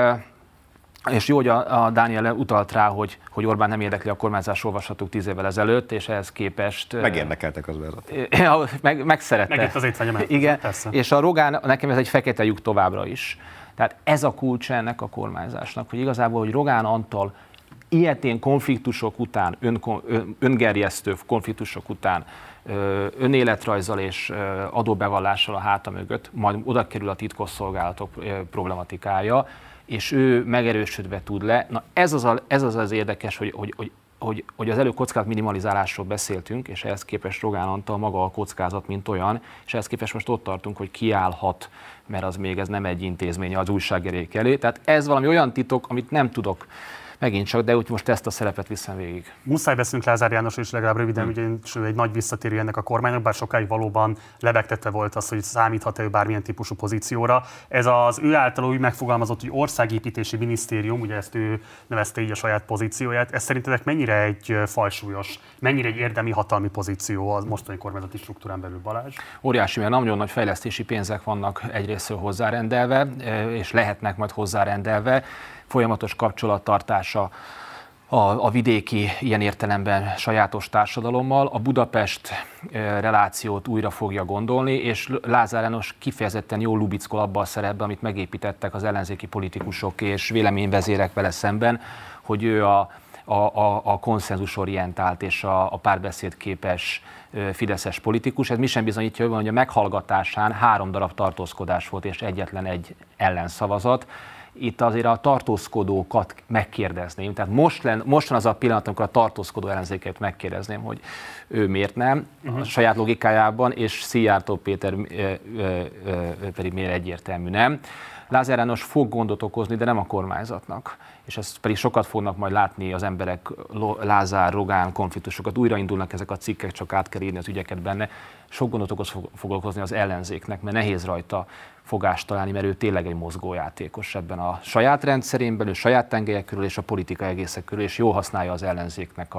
és jó, hogy a Dániel utalt rá, hogy Orbán nem érdekli a kormányzás, olvashattuk 10 évvel ezelőtt, és ehhez képest... Megérdekeltek az vezetőt. Megszerette. Megint az étvágya Igen, persze. És a Rogán, nekem ez egy fekete lyuk továbbra is. Tehát ez a kulcsa ennek a kormányzásnak, hogy igazából, hogy Rogán Antal ilyetén konfliktusok után, öngerjesztő konfliktusok után, önéletrajzzal és adóbevallással a háta mögött, majd oda kerül a titkosszolgálatok problematikája, és ő megerősödve tud le. Na ez az érdekes, hogy az előbb kockázat minimalizálásról beszéltünk, és ehhez képest Rogán Antal maga a kockázat, mint olyan, és ehhez képest most ott tartunk, hogy kiállhat, mert az még ez nem egy intézmény az újsággerék elé. Tehát ez valami olyan titok, amit nem tudok megint csak, de úgy most ezt a szerepet viszem végig. Muszáj beszélünk Lázár Jánosról is legalább röviden, ugyanis ő egy nagy visszatérő ennek a kormánynak, bár sokáig valóban lebegtette volt az, hogy számíthat-e ő bármilyen típusú pozícióra. Ez az ő által úgy megfogalmazott, hogy országépítési minisztérium, ugye ezt ő nevezte így a saját pozícióját, ez szerintetek mennyire egy fajsúlyos, mennyire egy érdemi hatalmi pozíció az mostani kormányzati struktúrán belül, Balázs? Óriási, mert nagyon nagy fejlesztési pénzek vannak egyrésztről hozzárendelve, és lehetnek majd hozzárendelve. Folyamatos kapcsolattartása a vidéki ilyen értelemben sajátos társadalommal, a Budapest relációt újra fogja gondolni, és Lázár János kifejezetten jól lubickol abba a szerepbe, amit megépítettek az ellenzéki politikusok és véleményvezérek vele szemben, hogy ő a konszenzusorientált és a párbeszédképes fideszes politikus. Ez mi sem bizonyítja, hogy a meghallgatásán 3 darab tartózkodás volt és egyetlen egy ellenszavazat. Itt azért a tartózkodókat megkérdezném, tehát most van az a pillanat, amikor a tartózkodó ellenzéket megkérdezném, hogy ő miért nem, a saját logikájában, és Szijjártó Péter pedig miért egyértelmű nem. Lázár János fog gondot okozni, de nem a kormányzatnak. És ezt pedig sokat fognak majd látni az emberek, Lázár, Rogán konfliktusokat. Újraindulnak ezek a cikkek, csak át kell írni az ügyeket benne. Sok gondot fog okozni az ellenzéknek, mert nehéz rajta fogást találni, mert ő tényleg egy mozgójátékos ebben a saját rendszerén belül, saját tengelyek körül és a politika egészek körül, és jól használja az ellenzéknek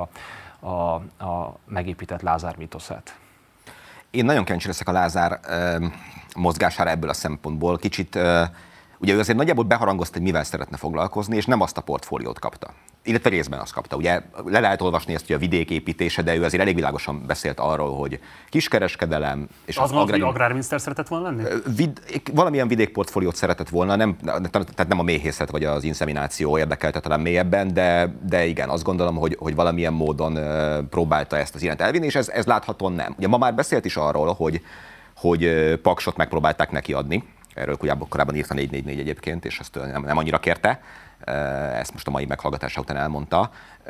a megépített Lázár mítoszát. Én nagyon kíváncsi leszek a Lázár mozgására ebből a szempontból. Kicsit, ugye ő azért nagyjából beharangozta, hogy mivel szeretne foglalkozni, és nem azt a portfóliót kapta. Illetve részben azt kapta. Ugye le lehet olvasni ezt, hogy a vidék építése, de ő azért elég világosan beszélt arról, hogy kiskereskedelem és az agrárminiszter szeretett volna lenni? Valamilyen vidékportfóliót szeretett volna, tehát nem a méhészet vagy az inszemináció érdekelte talán mélyebben, de igen, azt gondolom, hogy valamilyen módon próbálta ezt az irányt elvinni, és ez láthatóan nem. Ugye ma már beszélt is arról, hogy Paksot megpróbálták neki adni. Erről korábban írt a 444 egyébként, és ezt nem annyira kérte. Ezt most a mai meghallgatása után elmondta.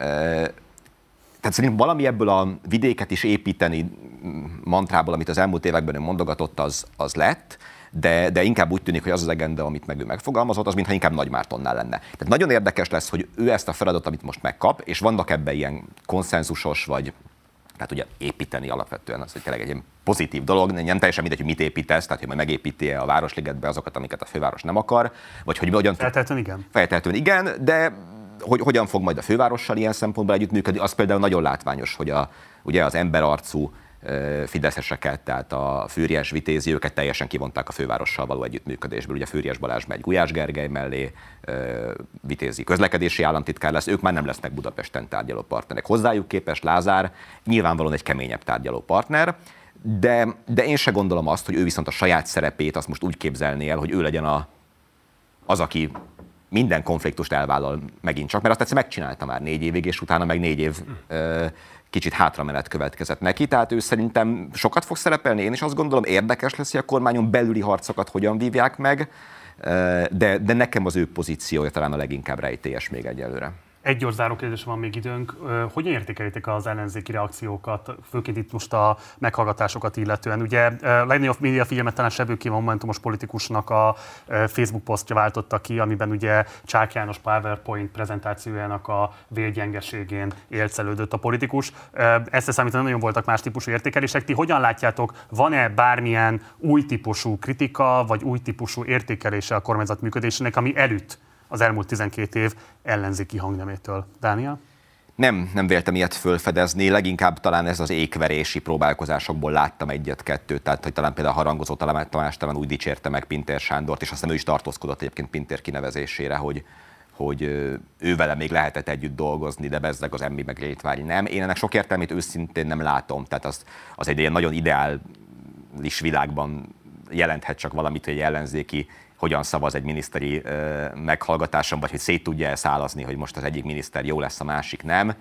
Tehát szerintem valami ebből a vidéket is építeni mantrából, amit az elmúlt években ő mondogatott, az lett, de inkább úgy tűnik, hogy az agenda, amit meg ő megfogalmazott, az mintha inkább Nagy Mártonnál lenne. Tehát nagyon érdekes lesz, hogy ő ezt a feladatot, amit most megkap, és vannak ebben ilyen konszenzusos vagy tehát ugye építeni alapvetően az tényleg egy ilyen pozitív dolog, nem teljesen mindegy, hogy mit építesz, tehát hogy majd megépíti a Városligetbe azokat, amiket a főváros nem akar, vagy hogy hogyan... Feltétlenül igen. Feltétlenül igen, de hogy hogyan fog majd a fővárossal ilyen szempontból együttműködni, az például nagyon látványos, hogy ugye az emberarcú fideszeseket, tehát a Fűrjes Vitézi, őket teljesen kivonták a fővárossal való együttműködésből. Ugye Fűrjes Balázs megy Gulyás Gergely mellé, Vitézi közlekedési államtitkár lesz, ők már nem lesznek Budapesten tárgyaló partnerek. Hozzájuk képest Lázár nyilvánvalóan egy keményebb tárgyaló partner, de én se gondolom azt, hogy ő viszont a saját szerepét azt most úgy képzelné el, hogy ő legyen az, aki minden konfliktust elvállal megint csak, mert azt egyszer megcsinálta már 4 évig, és utána meg 4 év kicsit hátramenet következett neki, tehát ő szerintem sokat fog szerepelni, én is azt gondolom, érdekes lesz, hogy a kormányon belüli harcokat hogyan vívják meg, de nekem az ő pozíciója talán a leginkább rejtélyes még egyelőre. Egy gyors záró kérdésre van még időnk. Hogyan értékelitek az ellenzéki reakciókat, főként itt most a meghallgatásokat illetően? Ugye legnagyobb média figyelmet talán Sebőki momentumos politikusnak a Facebook posztja váltotta ki, amiben ugye Csák János PowerPoint prezentációjának a vérgyengeségén élcelődött a politikus. Ezt számítani nagyon voltak más típusú értékelések. Ti hogyan látjátok, van-e bármilyen új típusú kritika, vagy új típusú értékelése a kormányzat működésének, ami elütt az elmúlt 12 év ellenzéki hangnemétől? Dániel? Nem véltem ilyet fölfedezni, leginkább talán ez az ékverési próbálkozásokból láttam 1-2, tehát hogy talán például a Harangozó Tamás talán úgy dicsérte meg Pintér Sándort, és aztán ő is tartózkodott egyébként Pintér kinevezésére, hogy ő vele még lehetett együtt dolgozni, de bezzeg az Emmi meg Rétvári nem. Én ennek sok értelmét őszintén nem látom, tehát az egy ilyen nagyon ideális világban jelenthet csak valamit, hogy egy ellenzéki hogyan szavaz egy miniszteri meghallgatáson, vagy hogy szét tudja szálazni, hogy most az egyik miniszter jó lesz, a másik nem.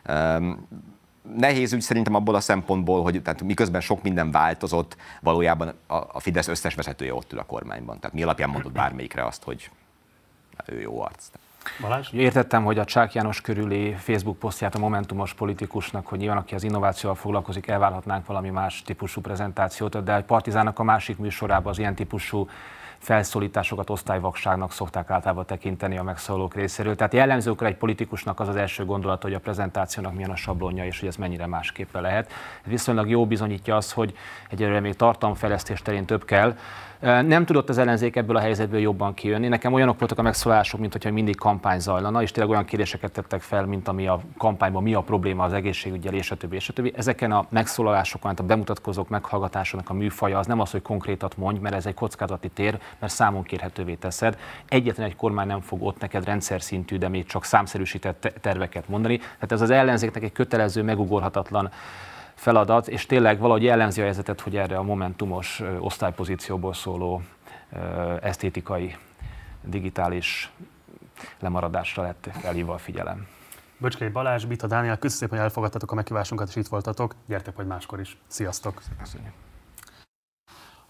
Nehéz ügy szerintem abból a szempontból, hogy tehát miközben sok minden változott, valójában a Fidesz összes vezetője ott ül a kormányban. Tehát mi alapján mondott bármelyikre azt, hogy ő jó arc. Balázs? Értettem, hogy a Csák János körüli Facebook posztját a momentumos politikusnak, hogy nyilván aki az innovációval foglalkozik, elvárhatnánk valami más típusú prezentációt, de a Partizánnak a másik műsorában az ilyen típusú felszólításokat osztályvakságnak szokták általában tekinteni a megszólalók részéről. Tehát jellemzőkre egy politikusnak az első gondolat, hogy a prezentációnak milyen a sablonja, és hogy ez mennyire másképpen lehet. Ez viszonylag jó bizonyítja az, hogy egyelőre még tartalomfejlesztés terén több kell. Nem tudott az ellenzék ebből a helyzetből jobban kijönni. Nekem olyanok voltak a megszólalások, mint hogyha mindig kampány zajlana, és tényleg olyan kérdéseket tettek fel, mint ami a kampányban mi a probléma az egészségügyel, és a többi, és a többi. Ezeken a megszólalásokon, a bemutatkozók meghallgatásának a műfaja az nem az, hogy konkrétat mondj, mert ez egy kockázati tér, mert számon kérhetővé teszed. Egyetlen egy kormány nem fog ott neked rendszer szintű, de még csak számszerűsített terveket mondani. Tehát ez az ellenzéknek egy kötelező, megugorhatatlan feladat, és tényleg valahogy jellemzi a helyzetet, hogy erre a momentumos osztálypozícióból szóló esztétikai, digitális lemaradásra lett felhívva a figyelem. Böcskei Balázs, Bita Dániel, köszönöm szépen, hogy elfogadtatok a meghívásunkat, és itt voltatok. Gyertek majd máskor is. Sziasztok! Köszönjük.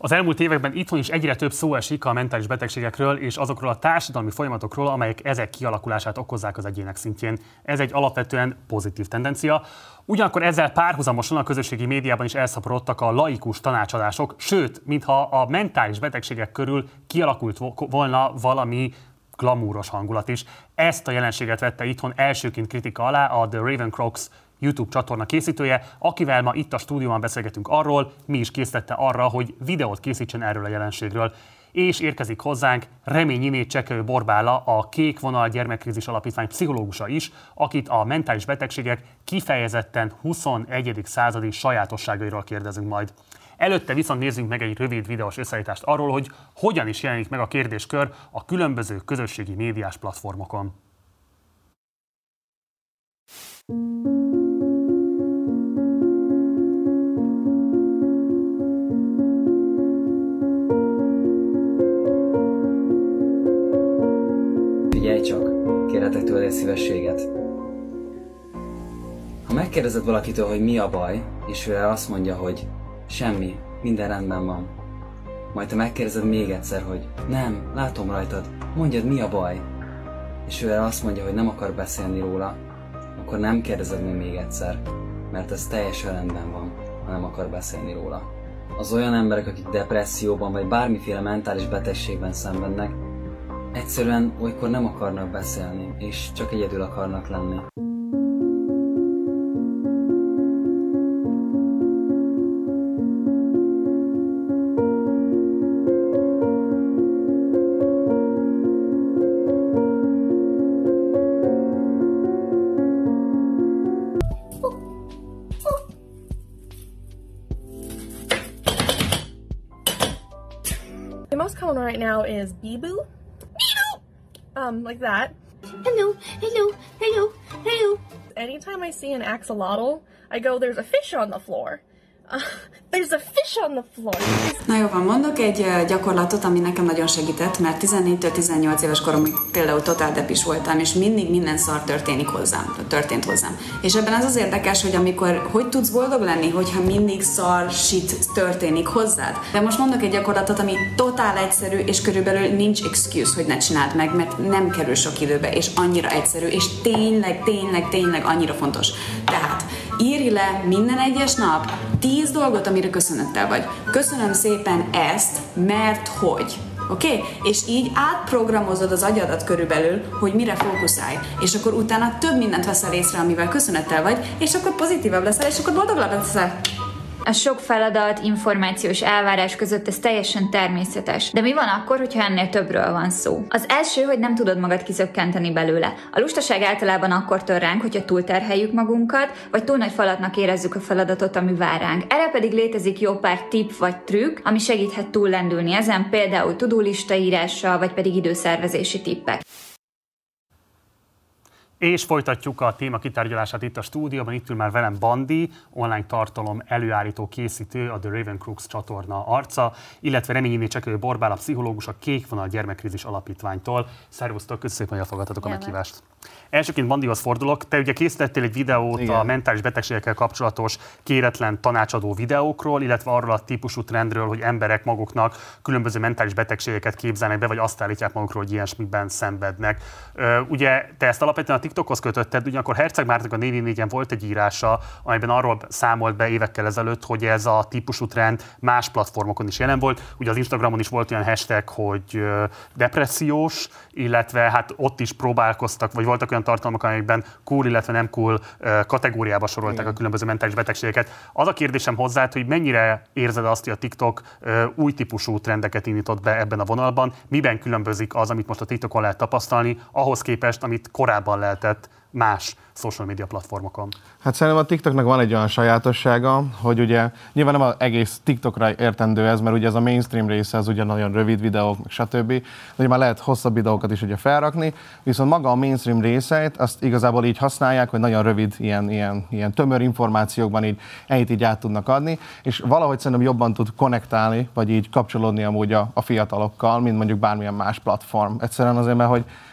Az elmúlt években itthon is egyre több szó esik a mentális betegségekről és azokról a társadalmi folyamatokról, amelyek ezek kialakulását okozzák az egyének szintjén. Ez egy alapvetően pozitív tendencia. Ugyanakkor ezzel párhuzamosan a közösségi médiában is elszaporodtak a laikus tanácsadások, sőt, mintha a mentális betegségek körül kialakult volna valami glamúros hangulat is. Ezt a jelenséget vette itthon elsőként kritika alá a The Raven Crocs YouTube csatorna készítője, akivel ma itt a stúdióban beszélgetünk arról, mi is készítette arra, hogy videót készítsen erről a jelenségről. És érkezik hozzánk Reményiné Csekő Borbála, a Kék Vonal Gyermekkrízis Alapítvány pszichológusa is, akit a mentális betegségek kifejezetten 21. századi sajátosságairól kérdezünk majd. Előtte viszont nézzünk meg egy rövid videós összeállítást arról, hogy hogyan is jelenik meg a kérdéskör a különböző közösségi médiás platformokon. Figyelj csak, kérhetek tőled egy szívességet. Ha megkérdezed valakitől, hogy mi a baj, és ő azt mondja, hogy semmi, minden rendben van. Majd te megkérdezed még egyszer, hogy nem, látom rajtad, mondjad mi a baj. És ő azt mondja, hogy nem akar beszélni róla, akkor nem kérdezed meg még egyszer, mert ez teljesen rendben van, ha nem akar beszélni róla. Az olyan emberek, akik depresszióban vagy bármiféle mentális betegségben szenvednek, egyszerűen olykor nem akarnak beszélni, és csak egyedül akarnak lenni. The most common right now is Bee-Boo. Like that. Hello, hello, hello, hello. Anytime I see an axolotl, I go, there's a fish on the floor. There's a fish on the floor. Na jó van, mondok egy gyakorlatot, ami nekem nagyon segített, mert 14-től 18 éves koromig például totál depis voltam, és mindig minden szar történt hozzám. És ebben az érdekes, hogy amikor, hogy tudsz boldog lenni, hogyha mindig szar shit történik hozzád. De most mondok egy gyakorlatot, ami totál egyszerű, és körülbelül nincs excuse, hogy ne csináld meg, mert nem kerül sok időbe, és annyira egyszerű, és tényleg annyira fontos. Tehát írj le minden egyes nap 10 dolgot, amire köszönettel vagy. Köszönöm szépen ezt, mert hogy. Oké? És így átprogramozod az agyadat körülbelül, hogy mire fókuszálj. És akkor utána több mindent veszel észre, amivel köszönettel vagy, és akkor pozitívabb leszel, és akkor boldogabb leszel. A sok feladat, információ és elvárás között ez teljesen természetes. De mi van akkor, hogyha ennél többről van szó? Az első, hogy nem tudod magad kizökkenteni belőle. A lustaság általában akkor tör ránk, hogyha túlterheljük magunkat, vagy túl nagy falatnak érezzük a feladatot, ami vár ránk. Erre pedig létezik jó pár tipp vagy trükk, ami segíthet túllendülni ezen, például to-do-lista írása, vagy pedig időszervezési tippek. És folytatjuk a téma kitárgyalását itt a stúdióban. Itt ül már velem Bandi, online tartalom előállító készítő, a The Raven Crocs csatorna arca, illetve Reményiné Csekő Borbála, pszichológus, a Kék Vonal Gyermekkrízis Alapítványtól. Szervusztok, köszönöm szépen, hogy elfogadtatok a meghívást. Elsőként Bandihoz fordulok. Te ugye készítettél egy videót a mentális betegségekkel kapcsolatos kéretlen tanácsadó videókról, illetve arról a típusú trendről, hogy emberek maguknak különböző mentális betegségeket képzelnek be, vagy azt állítják magukról, hogy ilyesmiben szenvednek. Ugye te ezt alapvetően a TikTokhoz kötötted, ugyanakkor Herceg Mártonnak a 444-en volt egy írása, amelyben arról számolt be évekkel ezelőtt, hogy ez a típusú trend más platformokon is jelen volt. Ugye az Instagramon is volt olyan hashtag, hogy depressziós, illetve hát ott is próbálkoztak, vagy voltak olyan tartalmak, amelyekben cool, illetve nem cool kategóriába sorolták a különböző mentális betegségeket. Az a kérdésem hozzád, hogy mennyire érzed azt, hogy a TikTok új típusú trendeket indított be ebben a vonalban, miben különbözik az, amit most a TikTokon lehet tapasztalni, ahhoz képest, amit korábban lehetett más social media platformokon? Hát szerintem a TikToknak van egy olyan sajátossága, hogy ugye nyilván nem az egész TikTokra értendő ez, mert ugye ez a mainstream része, az ugye nagyon rövid videók, stb. De ugye már lehet hosszabb videókat is ugye felrakni, viszont maga a mainstream részeit azt igazából így használják, hogy nagyon rövid, ilyen tömör információkban így át tudnak adni, és valahogy szerintem jobban tud konnektálni, vagy így kapcsolódni amúgy a fiatalokkal, mint mondjuk bármilyen más platform. Egyszerűen azért, mert hogy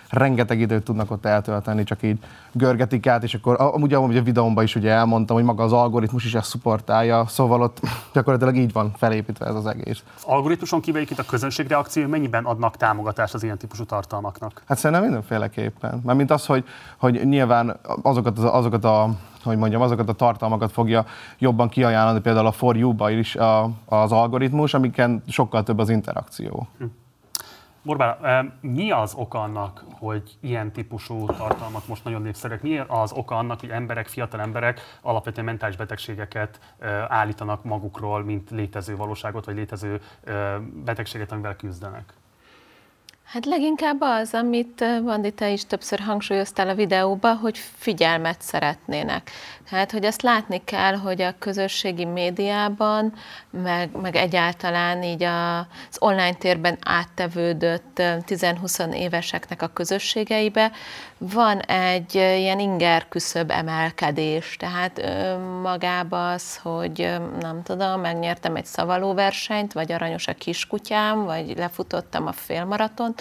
rengeteg időt tudnak ott eltölteni, csak így görgetik át, és akkor amúgy a videómban is ugye elmondtam, hogy maga az algoritmus is ezt szupportálja, szóval ott gyakorlatilag így van felépítve ez az egész. Az algoritmuson kívül itt a közönség reakció mennyiben adnak támogatást az ilyen típusú tartalmaknak? Hát szerintem mindenféleképpen. Mármint az, hogy nyilván azokat a tartalmakat fogja jobban kiajánlani például a For You-ba is az algoritmus, amiken sokkal több az interakció. Borbála, mi az oka annak, hogy ilyen típusú tartalmak most nagyon népszerűek? Mi az oka annak, hogy fiatal emberek alapvetően mentális betegségeket állítanak magukról, mint létező valóságot, vagy létező betegséget, amivel küzdenek? Hát leginkább az, amit Bandi, te is többször hangsúlyoztál a videóban, hogy figyelmet szeretnének. Tehát, hogy azt látni kell, hogy a közösségi médiában, meg egyáltalán így az online térben áttevődött 10-20 éveseknek a közösségeibe van egy ilyen inger küszöb emelkedés. Tehát magába az, hogy nem tudom, megnyertem egy szavalóversenyt, vagy aranyos a kiskutyám, vagy lefutottam a félmaratont,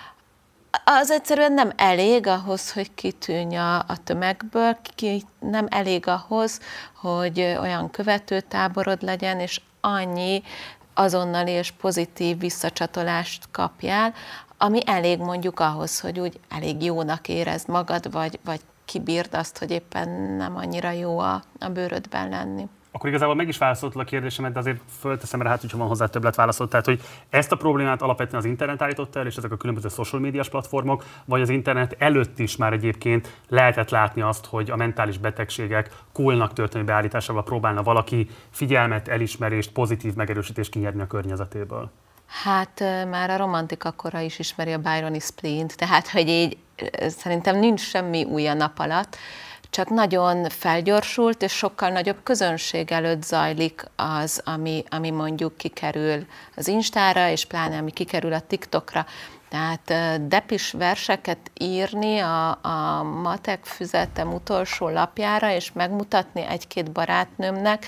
az egyszerűen nem elég ahhoz, hogy kitűnj a tömegből, nem elég ahhoz, hogy olyan követőtáborod legyen, és annyi azonnali és pozitív visszacsatolást kapjál, ami elég mondjuk ahhoz, hogy úgy elég jónak érezd magad, vagy kibírd azt, hogy éppen nem annyira jó a bőrödben lenni. Akkor igazából meg is válaszoltad a kérdésemet, de azért fölteszem rá, hogyha van hozzá többlet válaszolt. Tehát, hogy ezt a problémát alapvetően az internet állította el, és ezek a különböző social médiás platformok, vagy az internet előtt is már egyébként lehetett látni azt, hogy a mentális betegségek coolnak történő beállításával próbálna valaki figyelmet, elismerést, pozitív megerősítést kinyerni a környezetéből. Hát már a romantika kora is ismeri a Byroni spleent, tehát hogy így szerintem nincs semmi új a nap alatt, csak nagyon felgyorsult, és sokkal nagyobb közönség előtt zajlik az, ami mondjuk kikerül az Instára, és pláne ami kikerül a TikTokra. Tehát depis verseket írni a matek füzetem utolsó lapjára, és megmutatni egy-két barátnőmnek,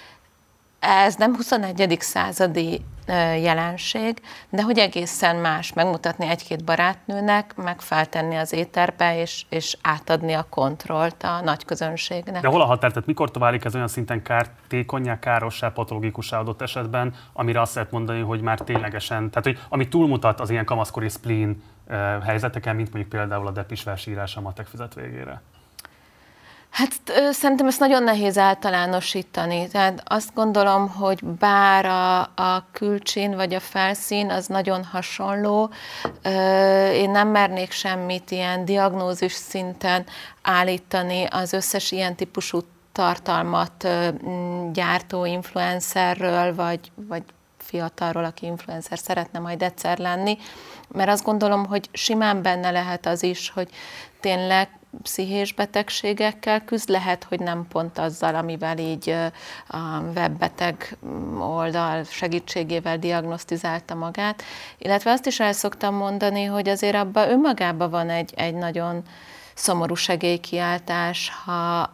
ez nem 21. századi jelenség, de hogy egészen más megmutatni egy-két barátnőnek, meg feltenni az éterbe, és átadni a kontrollt a nagy közönségnek. De hol a határ? Tehát mikor válik ez olyan szinten kártékonnyá, károssá, patológikussá adott esetben, amire azt lehet mondani, hogy már ténylegesen, tehát hogy ami túlmutat az ilyen kamaszkori spleen helyzeteken, mint mondjuk például a depis versírása a matek füzet végére? Hát szerintem ezt nagyon nehéz általánosítani. Tehát azt gondolom, hogy bár a külcsin vagy a felszín az nagyon hasonló, én nem mernék semmit ilyen diagnózis szinten állítani az összes ilyen típusú tartalmat gyártó influencerről, vagy fiatalról, aki influencer szeretne majd egyszer lenni, mert azt gondolom, hogy simán benne lehet az is, hogy tényleg pszichés betegségekkel küzd, lehet, hogy nem pont azzal, amivel így a webbeteg oldal segítségével diagnosztizálta magát, illetve azt is el szoktam mondani, hogy azért abban önmagában van egy nagyon szomorú segélykiáltás, ha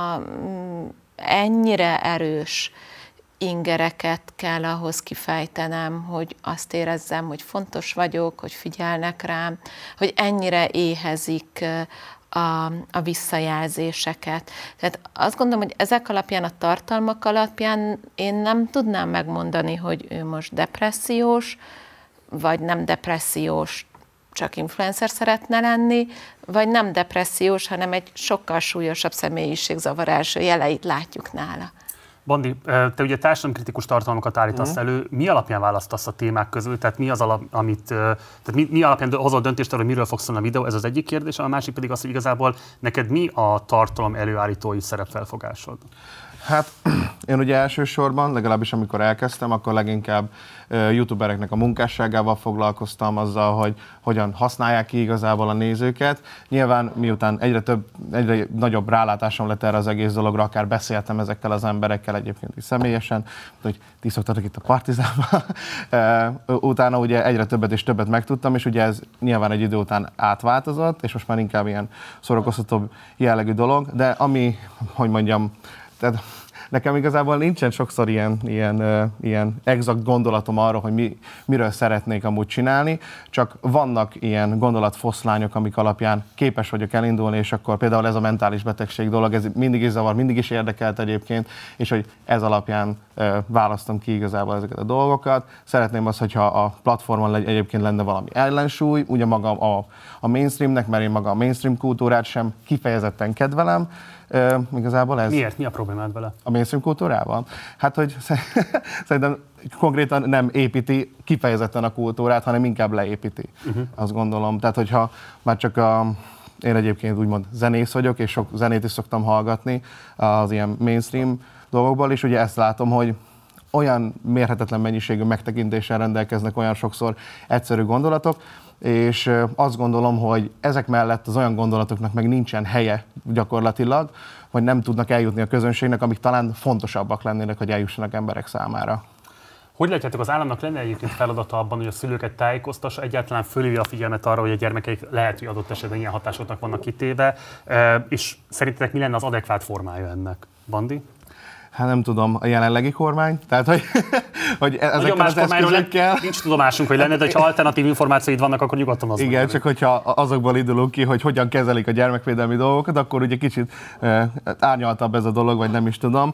ennyire erős ingereket kell ahhoz kifejtenem, hogy azt érezzem, hogy fontos vagyok, hogy figyelnek rám, hogy ennyire éhezik a visszajelzéseket. Tehát azt gondolom, hogy ezek alapján, a tartalmak alapján én nem tudnám megmondani, hogy ő most depressziós, vagy nem depressziós, csak influencer szeretne lenni, vagy nem depressziós, hanem egy sokkal súlyosabb személyiségzavarás jeleit látjuk nála. Bandi, te ugye társadalomkritikus tartalmakat állítasz elő, mi alapján választasz a témák közül, tehát mi alapján hozol döntést arra, hogy miről fog szólni a videó, ez az egyik kérdés, a másik pedig az, hogy igazából neked mi a tartalom előállítói szerepfelfogásod? Hát én ugye elsősorban, legalábbis amikor elkezdtem, akkor leginkább youtubereknek a munkásságával foglalkoztam, azzal, hogy hogyan használják ki igazából a nézőket. Nyilván miután egyre nagyobb rálátásom lett erre az egész dologra, akár beszéltem ezekkel az emberekkel egyébként is személyesen, hogy ti szoktatok itt a Partizánban. Utána ugye egyre többet és többet megtudtam, és ugye ez nyilván egy idő után átváltozott, és most már inkább ilyen szórakoztatóbb jellegű dolog, de ami, hogy mondjam, tehát nekem igazából nincsen sokszor ilyen exakt gondolatom arra, hogy miről szeretnék amúgy csinálni, csak vannak ilyen gondolatfoszlányok, amik alapján képes vagyok elindulni, és akkor például ez a mentális betegség dolog, ez mindig is zavar, mindig is érdekelt egyébként, és hogy ez alapján választom ki igazából ezeket a dolgokat. Szeretném azt, hogyha a platformon egyébként lenne valami ellensúly, ugye maga a mainstreamnek, mert én maga a mainstream kultúrát sem kifejezetten kedvelem. Igazából ez... Miért? Mi a problémád vele? A mainstream kultúrával? Hát, hogy szerintem konkrétan nem építi kifejezetten a kultúrát, hanem inkább leépíti. Azt gondolom. Tehát, hogyha már csak én egyébként úgymond zenész vagyok, és sok zenét is szoktam hallgatni az ilyen mainstream dolgokból, és ugye ezt látom, hogy olyan mérhetetlen mennyiségű megtekintéssel rendelkeznek olyan sokszor egyszerű gondolatok, és azt gondolom, hogy ezek mellett az olyan gondolatoknak meg nincsen helye gyakorlatilag, hogy nem tudnak eljutni a közönségnek, amik talán fontosabbak lennének, hogy eljussanak emberek számára. Hogy látjátok, az államnak lenne egyébként feladata abban, hogy a szülőket tájékoztassa, egyáltalán fölhívja a figyelmet arra, hogy a gyermekeik lehet, hogy adott esetben ilyen hatásoknak vannak kitéve, és szerintetek mi lenne az adekvát formája ennek? Bandi? Hát nem tudom, a jelenlegi kormány, tehát hogy ezekkel az eszközökkel... Nincs tudomásunk, hogy lenne, de ha alternatív információid vannak, akkor nyugodtan az. Igen, csak hogyha azokból indulunk ki, hogy hogyan kezelik a gyermekvédelmi dolgokat, akkor ugye kicsit árnyaltabb ez a dolog, vagy nem is tudom.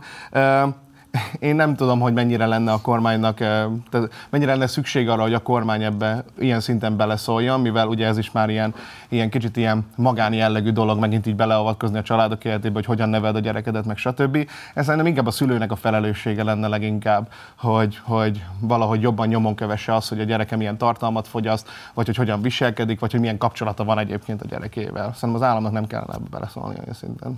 Én nem tudom, hogy mennyire lenne a kormánynak, mennyire lenne szükség arra, hogy a kormány ebbe ilyen szinten beleszóljon, mivel ugye ez is már ilyen kicsit ilyen magáni jellegű dolog, megint így beleavatkozni a családok életébe, hogy hogyan neveld a gyerekedet, meg stb. Ez szerintem inkább a szülőnek a felelőssége lenne leginkább, hogy valahogy jobban nyomon kövesse azt, hogy a gyereke milyen tartalmat fogyaszt, vagy hogy hogyan viselkedik, vagy hogy milyen kapcsolata van egyébként a gyerekével. Szerintem az államnak nem kellene ebbe beleszólni olyan szinten.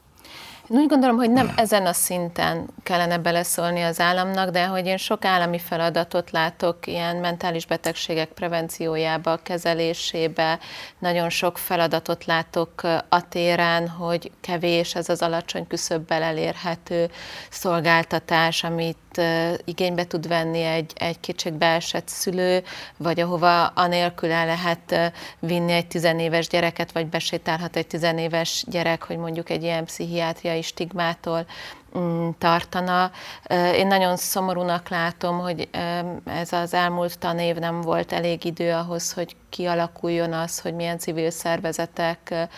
Én úgy gondolom, hogy nem ezen a szinten kellene beleszólni az államnak, de hogy én sok állami feladatot látok ilyen mentális betegségek prevenciójába, kezelésébe, nagyon sok feladatot látok a téren, hogy kevés ez az alacsony küszöbbel elérhető szolgáltatás, amit igénybe tud venni egy kicsit beesett szülő, vagy ahova anélkül el lehet vinni egy 10 éves gyereket, vagy besétálhat egy 10 éves gyerek, hogy mondjuk egy ilyen pszichiátriai stigmától tartana. Én nagyon szomorúnak látom, hogy ez az elmúlt tanév nem volt elég idő ahhoz, hogy kialakuljon az, hogy milyen civil szervezetek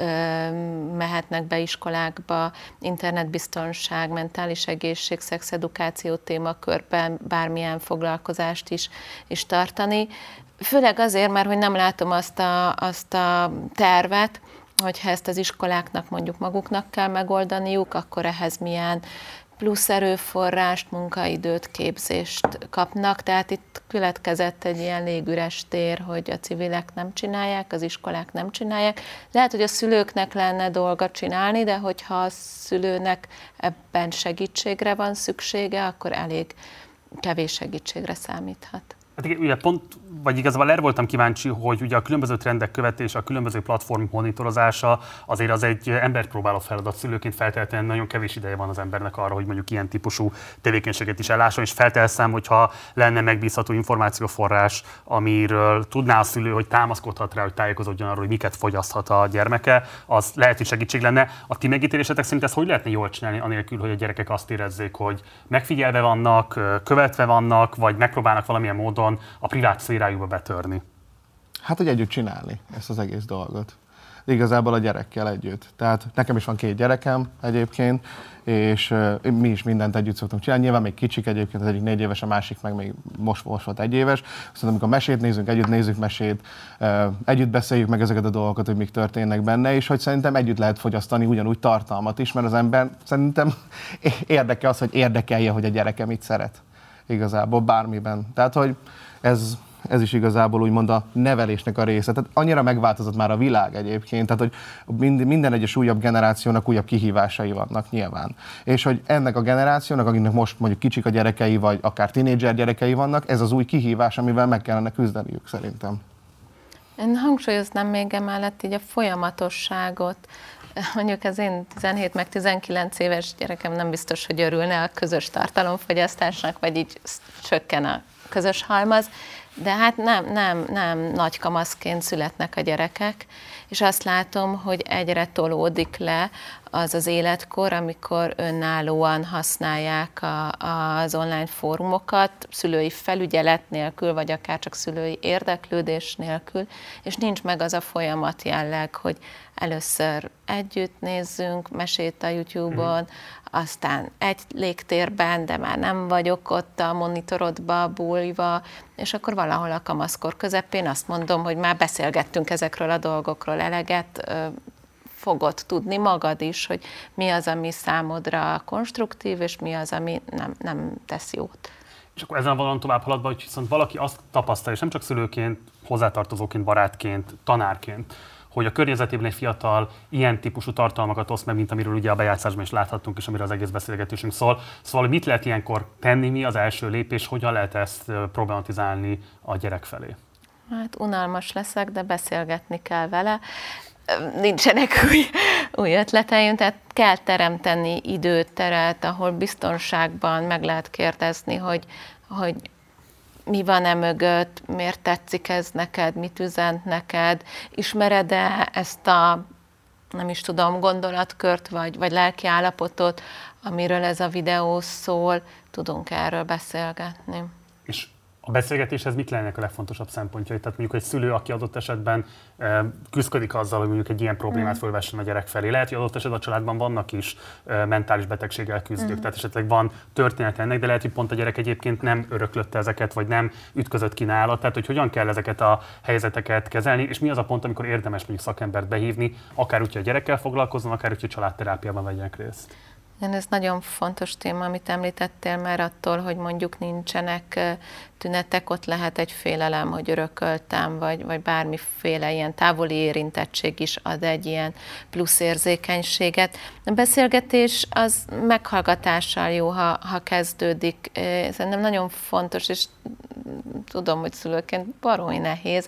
mehetnek be iskolákba, internetbiztonság, mentális egészség, szexedukáció témakörben bármilyen foglalkozást is tartani. Főleg azért, mert hogy nem látom azt a tervet, hogyha ezt az iskoláknak mondjuk maguknak kell megoldaniuk, akkor ehhez milyen plusz erőforrást, munkaidőt, képzést kapnak. Tehát itt következett egy ilyen légüres tér, hogy a civilek nem csinálják, az iskolák nem csinálják. Lehet, hogy a szülőknek lenne dolga csinálni, de hogyha a szülőnek ebben segítségre van szüksége, akkor elég kevés segítségre számíthat. Hát igen, ugye pont, vagy igazából erre voltam kíváncsi, hogy ugye a különböző trendek követése, a különböző platform monitorozása azért az egy embert próbáló feladat. Szülőként feltétlenül nagyon kevés ideje van az embernek arra, hogy mondjuk ilyen típusú tevékenységet is ellásson, és feltelszem, hogyha lenne megbízható információforrás, amiről tudná a szülő, hogy támaszkodhat rá, hogy tájékozódjon arról, hogy miket fogyaszthat a gyermeke, az lehet, hogy segítség lenne. A ti megítélésetek szerint ezt hogy lehetne jól csinálni, anélkül, hogy a gyerekek azt érezzék, hogy megfigyelve vannak, követve vannak, vagy megpróbálnak valamilyen módon a privát szférájukba betörni? Hát, hogy együtt csinálni ezt az egész dolgot. Igazából a gyerekkel együtt. Tehát nekem is van 2 gyerekem egyébként, és mi is mindent együtt szoktunk csinálni. Nyilván még kicsik egyébként, az egyik 4 éves, a másik meg még most volt 1 éves. Szóval amikor mesét nézünk, együtt nézzük mesét, együtt beszéljük meg ezeket a dolgokat, hogy mik történnek benne, és hogy szerintem együtt lehet fogyasztani ugyanúgy tartalmat is, mert az ember szerintem érdeke az, hogy érdekelje, hogy a gyereke mit szeret. Igazából bármiben. Tehát, hogy ez is igazából úgymond a nevelésnek a része. Tehát annyira megváltozott már a világ egyébként, tehát hogy minden egyes újabb generációnak újabb kihívásai vannak nyilván. És hogy ennek a generációnak, akinek most mondjuk kicsik a gyerekei, vagy akár tínédzser gyerekei vannak, ez az új kihívás, amivel meg kellene küzdeniük szerintem. Én hangsúlyoznám még emellett így a folyamatosságot. Mondjuk az én 17 meg 19 éves gyerekem nem biztos, hogy örülne a közös tartalomfogyasztásnak, vagy így csökken a közös halmaz, de hát nem nagy kamaszként születnek a gyerekek, és azt látom, hogy egyre tolódik le az életkor, amikor önállóan használják az online fórumokat, szülői felügyelet nélkül, vagy akár csak szülői érdeklődés nélkül, és nincs meg az a folyamat jelleg, hogy először együtt nézzünk mesét a YouTube-on, aztán egy légtérben, de már nem vagyok ott a monitorodba bújva, és akkor valahol a kamaszkor közepén azt mondom, hogy már beszélgettünk ezekről a dolgokról eleget, fogod tudni magad is, hogy mi az, ami számodra konstruktív, és mi az, ami nem tesz jót. És akkor ezen a vonalon tovább haladva, hogy viszont valaki azt tapasztalja, és nem csak szülőként, hozzátartozóként, barátként, tanárként, hogy a környezetében egy fiatal ilyen típusú tartalmakat oszt meg, mint amiről ugye a bejátszásban is láthattunk, és amiről az egész beszélgetésünk szól. Szóval mit lehet ilyenkor tenni, mi az első lépés, hogyan lehet ezt problematizálni a gyerek felé? Hát unalmas leszek, de beszélgetni kell vele. Nincsenek új ötleteim, tehát kell teremteni időt, teret, ahol biztonságban meg lehet kérdezni, hogy mi van mögött, miért tetszik ez neked, mit üzent neked, ismered-e ezt a, nem is tudom, gondolatkört vagy lelki állapotot, amiről ez a videó szól, tudunk erről beszélgetni. És a beszélgetéshez mik lennének a legfontosabb szempontjai? Tehát mondjuk egy szülő, aki adott esetben küszködik azzal, hogy mondjuk egy ilyen problémát fölvessen a gyerek felé. Lehet, hogy adott esetben a családban vannak is mentális betegséggel küzdők, tehát esetleg van történet ennek, de lehet, hogy pont a gyerek egyébként nem öröklötte ezeket, vagy nem ütközött ki nála. Tehát, hogy hogyan kell ezeket a helyzeteket kezelni, és mi az a pont, amikor érdemes mondjuk szakembert behívni, akár úgy, hogy a gyerekkel foglalkozzon, akár úgy, hogy családterápiában vegyenek részt. Ez nagyon fontos téma, amit említettél, mert attól, hogy mondjuk nincsenek tünetek, ott lehet egy félelem, hogy örököltem, vagy bármiféle ilyen távoli érintettség is ad egy ilyen plusz érzékenységet. A beszélgetés az meghallgatással jó, ha kezdődik. Szerintem nagyon fontos, és tudom, hogy szülőként baromi nehéz,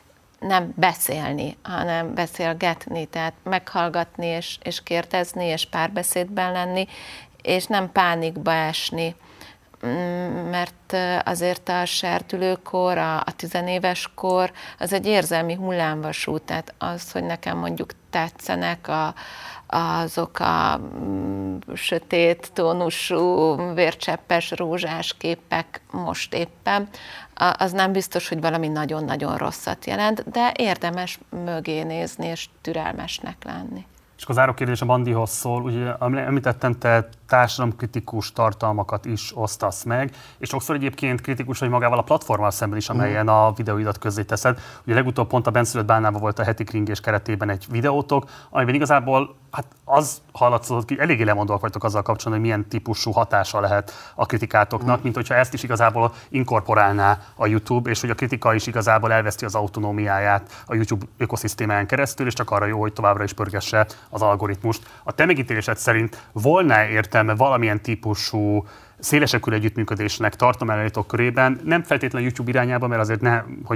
nem beszélni, hanem beszélgetni, tehát meghallgatni és kérdezni, és párbeszédben lenni, és nem pánikba esni. Mert azért a serdülőkor, a tizenéves kor, az egy érzelmi hullámvasút, tehát az, hogy nekem mondjuk tetszenek azok a sötét tónusú, vércseppes, rózsás képek most éppen, az nem biztos, hogy valami nagyon-nagyon rosszat jelent, de érdemes mögé nézni és türelmesnek lenni. És akkor záró kérdés a Bandihoz szól, ugye említettem, te társadalomkritikus tartalmakat is osztasz meg, és sokszor egyébként kritikus vagy magával a platformmal szemben is, amelyen a videóidat közzé teszed. Ugye legutóbb pont a Benszülött Bálnában volt a heti kringés keretében egy videótok, amiben igazából hát az hallatszott, hogy eléggé lemondóak vagytok azzal kapcsolatban, hogy milyen típusú hatása lehet a kritikátoknak, mint hogyha ezt is igazából inkorporálná a YouTube, és hogy a kritika is igazából elveszti az autonómiáját a YouTube ökoszisztémán keresztül, és csak arra jó, hogy továbbra is pörgesse az algoritmust. A te megítélésed szerint volna értelme valamilyen típusú szélesebb körű együttműködésnek tartalományok körében, nem feltétlenül YouTube irányába, mert azért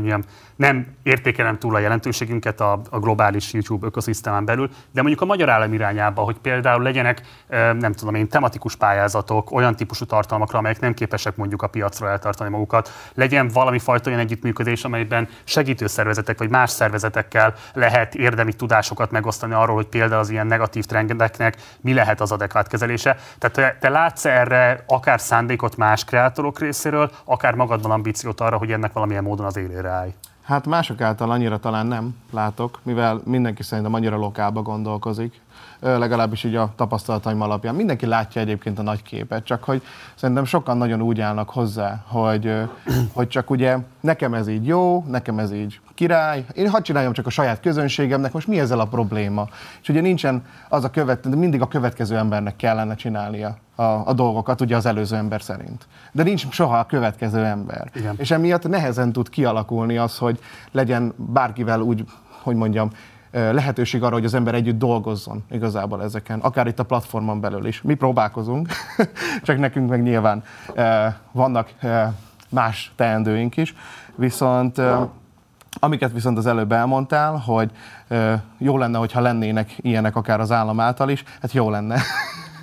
nem értékelem túl a jelentőségünket a globális YouTube ökoszisztémán belül, de mondjuk a magyar állam irányába, hogy például legyenek, nem tudom én, tematikus pályázatok, olyan típusú tartalmakra, amelyek nem képesek mondjuk a piacra eltartani magukat, legyen valami fajta olyan együttműködés, amelyben segítő szervezetek vagy más szervezetekkel lehet érdemi tudásokat megosztani arról, hogy például az ilyen negatív trendeknek mi lehet az adekvát kezelése. Tehát te látsz erre akár szándékot más kreátorok részéről, akár magadban ambíciót arra, hogy ennek valamilyen módon az élére állj? Hát mások által annyira talán nem látok, mivel mindenki szerintem annyira lokálba gondolkozik, legalábbis így a tapasztalataim alapján. Mindenki látja egyébként a nagy képet, csak hogy szerintem sokan nagyon úgy állnak hozzá, hogy csak ugye nekem ez így jó, nekem ez így király, én hadd csináljam csak a saját közönségemnek, most mi ezzel a probléma? És ugye nincsen az mindig a következő embernek kellene csinálnia a dolgokat, ugye az előző ember szerint. De nincs soha a következő ember. Igen. És emiatt nehezen tud kialakulni az, hogy legyen bárkivel úgy, hogy mondjam, lehetőség arra, hogy az ember együtt dolgozzon igazából ezeken, akár itt a platformon belül is. Mi próbálkozunk, csak nekünk meg nyilván vannak más teendőink is, viszont amiket viszont az előbb elmondtál, hogy jó lenne, hogyha lennének ilyenek akár az állam által is, hát jó lenne.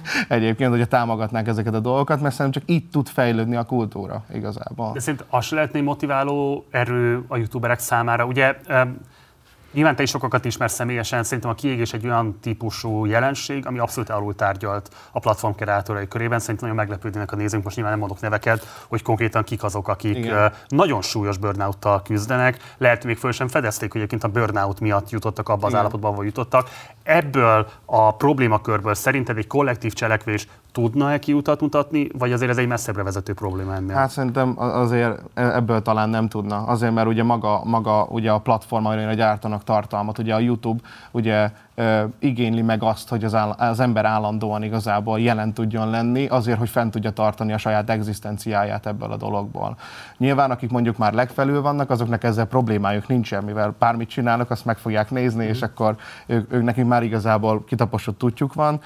egyébként, hogy támogatnánk ezeket a dolgokat, mert szerintem csak így tud fejlődni a kultúra igazából. De szerint az lehetne motiváló erő a youtuberek számára. Ugye nyilván te is sokakat ismersz személyesen, szerintem a kiégés egy olyan típusú jelenség, ami abszolút alultárgyalt a platform kreátorai körében. Szerintem nagyon meglepődnének a nézők, most nyilván nem mondok neveket, hogy konkrétan kik azok, akik nagyon súlyos burnout-tal küzdenek. Lehet, hogy még föl sem fedezték, hogy egyébként a burnout miatt jutottak abba az állapotban, ahol jutottak. Ebből a problémakörből szerinted egy kollektív cselekvés tudna-e kiutat mutatni, vagy azért ez egy messzebbre vezető probléma ennél? Hát szerintem azért ebből talán nem tudna. Azért, mert ugye maga ugye a platform, amire gyártanak tartalmat, ugye a YouTube ugye igényli meg azt, hogy az ember állandóan igazából jelen tudjon lenni, azért, hogy fent tudja tartani a saját egzisztenciáját ebből a dologból. Nyilván, akik mondjuk már legfelül vannak, azoknak ezzel problémájuk nincsen, mivel bármit csinálnak, azt meg fogják nézni, és akkor ők nekik már igazából kitaposott útjuk van.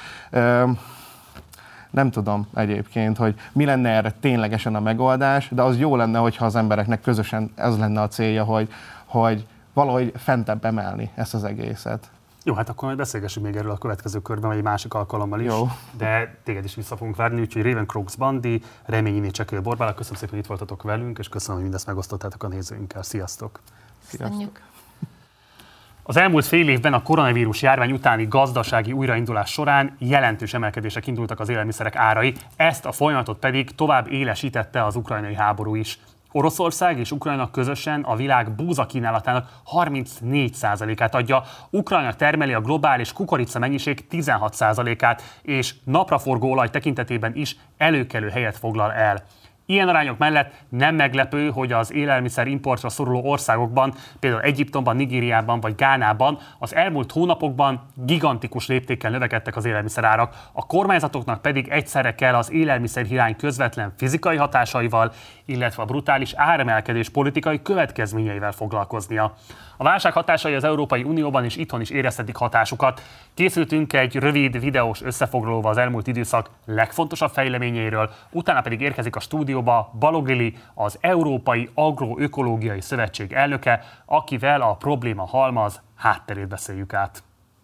Nem tudom egyébként, hogy mi lenne erre ténylegesen a megoldás, de az jó lenne, hogyha az embereknek közösen ez lenne a célja, hogy valahogy fentebb emelni ezt az egészet. Jó, hát akkor majd beszélgessünk még erről a következő körben, vagy egy másik alkalommal is. Jó. De téged is vissza fogunk várni, úgyhogy Raven Crooks Bandi, Reményiné Csekő Borbála, köszönöm szépen, hogy itt voltatok velünk, és köszönöm, hogy mindezt megosztottátok a nézőinkkel. Sziasztok! Sziasztok! Az elmúlt fél évben a koronavírus járvány utáni gazdasági újraindulás során jelentős emelkedések indultak az élelmiszerek árai, ezt a folyamatot pedig tovább élesítette az ukrajnai háború is. Oroszország és Ukrajna közösen a világ búza kínálatának 34%-át adja, Ukrajna termeli a globális kukorica mennyiség 16%-át, és napraforgó olaj tekintetében is előkelő helyet foglal el. Ilyen arányok mellett nem meglepő, hogy az élelmiszer importra szoruló országokban, például Egyiptomban, Nigériában vagy Gánában az elmúlt hónapokban gigantikus léptékkel növekedtek az élelmiszerárak. A kormányzatoknak pedig egyszerre kell az élelmiszerhiány közvetlen fizikai hatásaival, illetve a brutális áremelkedés politikai következményeivel foglalkoznia. A válság hatásai az Európai Unióban és itthon is érezhetik hatásukat. Készültünk egy rövid videós összefoglalóval az elmúlt időszak legfontosabb fejleményeiről, utána pedig érkezik a stúdióba Balogh Lili, az Európai Agroökológiai Szövetség elnöke, akivel a probléma halmaz hátterét beszéljük át.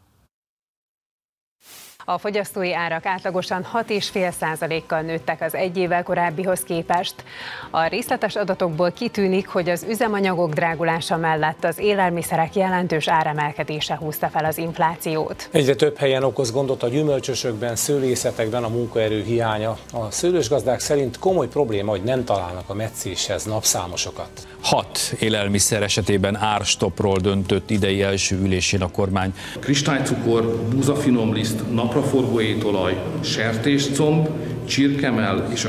A fogyasztói árak átlagosan 6,5%-kal nőttek az egy évvel korábbihoz képest. A részletes adatokból kitűnik, hogy az üzemanyagok drágulása mellett az élelmiszerek jelentős áremelkedése húzta fel az inflációt. Egyre több helyen okoz gondot a gyümölcsösökben, szőlészetekben a munkaerő hiánya. A szőlősgazdák szerint komoly probléma, hogy nem találnak a metszéshez napszámosokat. 6 élelmiszer esetében árstoppról döntött idei első ülésén a kormány. Kristálycukor, búzafinomliszt, napraforgó étolaj, sertéscomb, csirkemell és a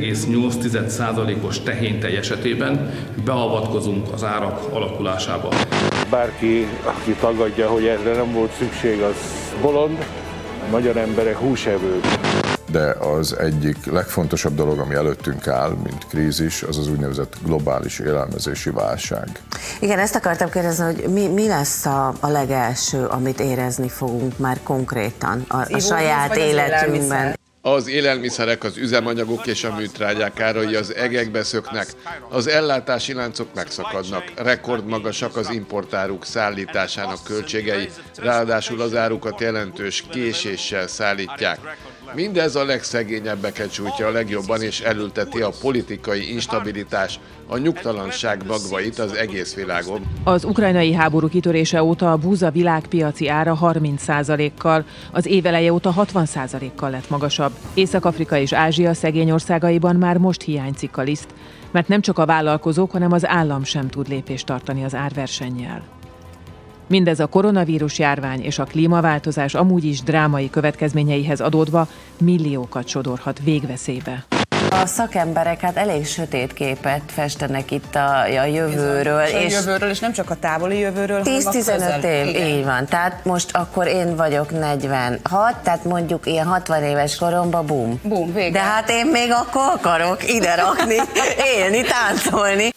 2,8%-os tehénytej esetében beavatkozunk az árak alakulásába. Bárki, aki tagadja, hogy erre nem volt szükség, az bolond. A magyar emberek húsevők. De az egyik legfontosabb dolog, ami előttünk áll, mint krízis, az az úgynevezett globális élelmezési válság. Igen, ezt akartam kérdezni, hogy mi lesz a legelső, amit érezni fogunk már konkrétan a saját életünkben. Az élelmiszerek, az üzemanyagok és a műtrágyák árai az egekbe szöknek, az ellátási láncok megszakadnak, rekordmagasak az importáruk szállításának költségei, ráadásul az árukat jelentős késéssel szállítják. Mindez a legszegényebbeket sújtja a legjobban és elülteti a politikai instabilitás, a nyugtalanság magvait az egész világon. Az ukrajnai háború kitörése óta a búza világpiaci ára 30%-kal, az év eleje óta 60%-kal lett magasabb. Észak-Afrika és Ázsia szegény országaiban már most hiányzik a liszt, mert nem csak a vállalkozók, hanem az állam sem tud lépést tartani az árversennyel. Mindez a koronavírus járvány és a klímaváltozás amúgy is drámai következményeihez adódva milliókat sodorhat végveszélybe. A szakemberek hát elég sötét képet festenek itt a jövőről. És a jövőről, és nem csak a távoli jövőről, 10-15 év, így van. Tehát most akkor én vagyok 46, tehát mondjuk ilyen 60 éves koromban bum. Bum, vége. De hát én még akkor akarok ide rakni, élni, táncolni.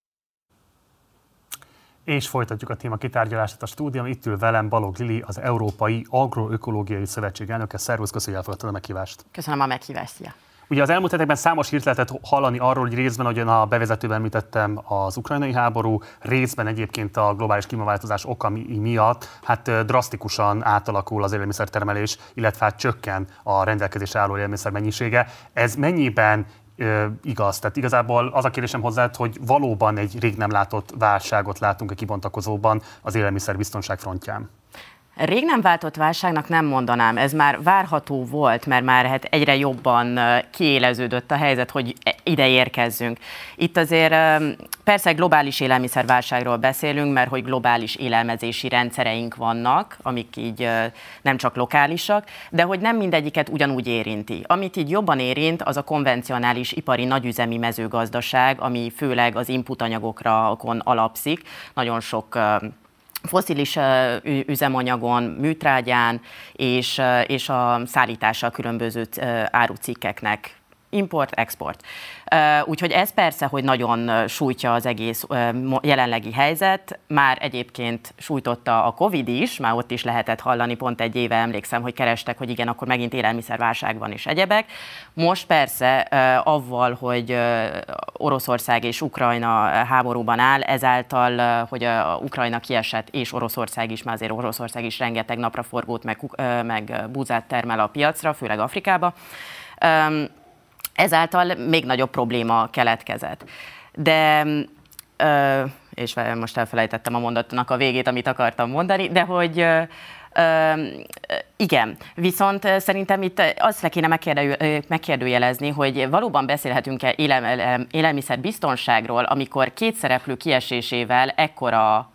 És folytatjuk a téma kitárgyalását a stúdióban. Itt ül velem Balogh Lili, az Európai Agroökológiai Szövetség elnöke. Szervusz, köszönjük, elfogadtad a meghívást. Köszönöm a meghívást. Ja. Ugye az elmúlt hetekben számos hírt lehetett hallani arról, hogy részben, ahogyan a bevezetőben említettem, az ukrajnai háború, részben egyébként a globális klímaváltozás oka miatt hát drasztikusan átalakul az élelmiszertermelés, illetve hát csökken a rendelkezésre álló élelmiszer mennyisége. Ez mennyiben igaz? Tehát igazából az a kérdésem hozzád, hogy valóban egy rég nem látott válságot látunk a kibontakozóban az élelmiszerbiztonság frontján. Rég nem váltott válságnak nem mondanám, ez már várható volt, mert már hát egyre jobban kiéleződött a helyzet, hogy ide érkezzünk. Itt azért persze globális élelmiszerválságról beszélünk, mert hogy globális élelmezési rendszereink vannak, amik így nem csak lokálisak, de hogy nem mindegyiket ugyanúgy érinti. Amit így jobban érint, az a konvencionális ipari nagyüzemi mezőgazdaság, ami főleg az inputanyagokra alapszik, nagyon sok fosszilis üzemanyagon, műtrágyán és a szállítással különböző árucikkeknek. Import, export. Úgyhogy ez persze, hogy nagyon sújtja az egész jelenlegi helyzet. Már egyébként sújtotta a Covid is, már ott is lehetett hallani, pont egy éve emlékszem, hogy kerestek, hogy igen, akkor megint élelmiszerválság van és egyebek. Most persze avval, hogy Oroszország és Ukrajna háborúban áll, ezáltal, hogy Ukrajna kiesett és Oroszország is, már azért Oroszország is rengeteg napraforgót meg búzát termel a piacra, főleg Afrikába. Ezáltal még nagyobb probléma keletkezett. De, és most elfelejtettem a mondatnak a végét, amit akartam mondani, de hogy igen, viszont szerintem itt azt le kéne megkérdőjelezni, hogy valóban beszélhetünk-e élelmiszerbiztonságról, amikor két szereplő kiesésével ekkora,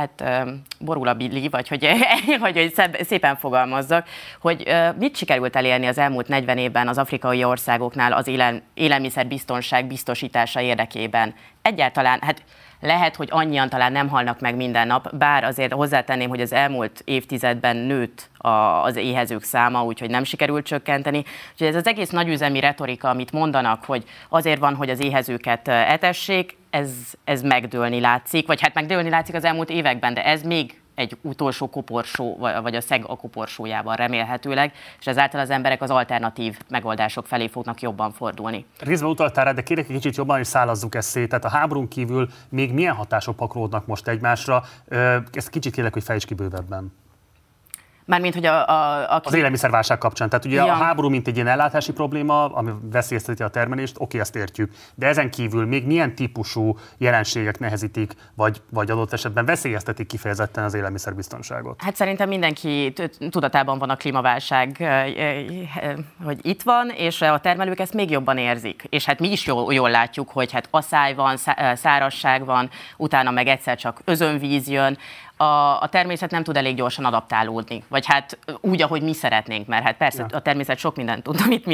borul a billi, vagy hogy szépen fogalmazzak, hogy mit sikerült elérni az elmúlt 40 évben az afrikai országoknál az élelmiszerbiztonság biztosítása érdekében. Egyáltalán, lehet, hogy annyian talán nem halnak meg minden nap, bár azért hozzátenném, hogy az elmúlt évtizedben nőtt az éhezők száma, úgyhogy nem sikerült csökkenteni. Úgyhogy ez az egész nagyüzemi retorika, amit mondanak, hogy azért van, hogy az éhezőket etessék, ez megdőlni látszik, vagy hát megdőlni látszik az elmúlt években, de ez még egy utolsó koporsó, vagy a szeg a koporsójában remélhetőleg, és ezáltal az emberek az alternatív megoldások felé fognak jobban fordulni. Részben utaltál rá, de kérlek egy kicsit jobban is szállazzuk ezt szét. Tehát a háborún kívül még milyen hatások pakolódnak most egymásra? Ezt kicsit kérlek, hogy fejtsd ki bővebben. Mármint, hogy az élelmiszerválság kapcsán. Tehát ugye a háború, mint egy ilyen ellátási probléma, ami veszélyezteti a termelést, oké, ezt értjük. De ezen kívül még milyen típusú jelenségek nehezítik, vagy adott esetben veszélyeztetik kifejezetten az élelmiszerbiztonságot? Hát szerintem mindenki tudatában van a klímaválság, hogy itt van, és a termelők ezt még jobban érzik. És hát mi is jól látjuk, hogy hát aszály van, szárazság van, utána meg egyszer csak özönvíz jön. A természet nem tud elég gyorsan adaptálódni, vagy hát úgy, ahogy mi szeretnénk, mert hát persze a természet sok mindent tud, amit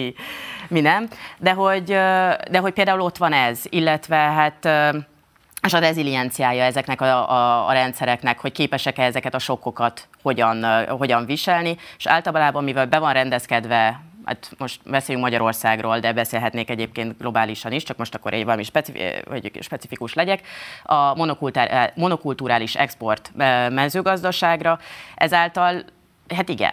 mi nem, de hogy például ott van ez, illetve hát és a rezilienciája ezeknek a rendszereknek, hogy képesek-e ezeket a sokkokat hogyan viselni, és általában, mivel be van rendezkedve, hát most beszéljünk Magyarországról, de beszélhetnék egyébként globálisan is, csak most akkor egy valami specifikus legyek, a monokulturális export mezőgazdaságra, ezáltal, hát igen,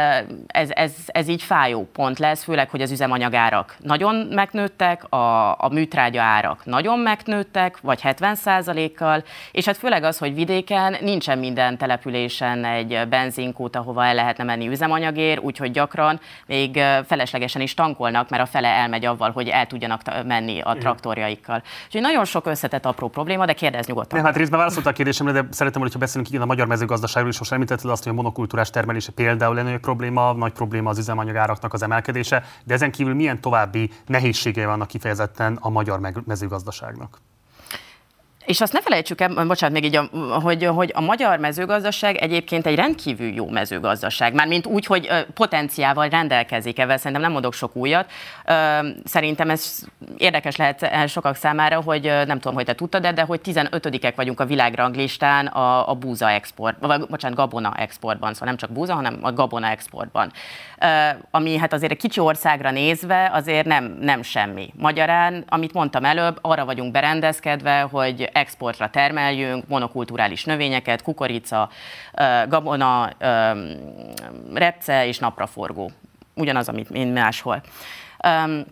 ez így fájó pont lesz, főleg, hogy az üzemanyagárak nagyon megnőttek, a műtrágya árak nagyon megnőttek, vagy 70%-kal, és hát főleg az, hogy vidéken nincsen minden településen egy benzinkút, ahova el lehetne menni üzemanyagért, úgyhogy gyakran még feleslegesen is tankolnak, mert a fele elmegy avval, hogy el tudjanak menni a traktorjaikkal. Úgyhogy nagyon sok összetett apró probléma, de kérdezz nyugodtan. Nem, hát részben válaszoltál a kérdésemre, de szeretem, hogyha beszélünk igen a magyar mezőgazdaságról, és most említetted azt, hogy a monokultúrás termelése például lenne probléma, nagy probléma az üzemanyagáraknak az emelkedése, de ezen kívül milyen további nehézségei vannak kifejezetten a magyar mezőgazdaságnak? És azt ne felejtsük el, bocsánat, még így, hogy a magyar mezőgazdaság egyébként egy rendkívül jó mezőgazdaság. Mármint úgy, hogy potenciával rendelkezik, ezzel szerintem nem mondok sok újat. Szerintem ez érdekes lehet sokak számára, hogy nem tudom, hogy te tudtad, de hogy 15-ek vagyunk a világranglistán a búza export, vagy bocsánat, gabona exportban, szóval nem csak búza, hanem a gabona exportban. Ami hát azért egy kicsi országra nézve azért nem semmi. Magyarán, amit mondtam előbb, arra vagyunk berendezkedve, hogy exportra termeljünk monokulturális növényeket, kukorica, gabona, repce és napraforgó. Ugyanaz, amit máshol.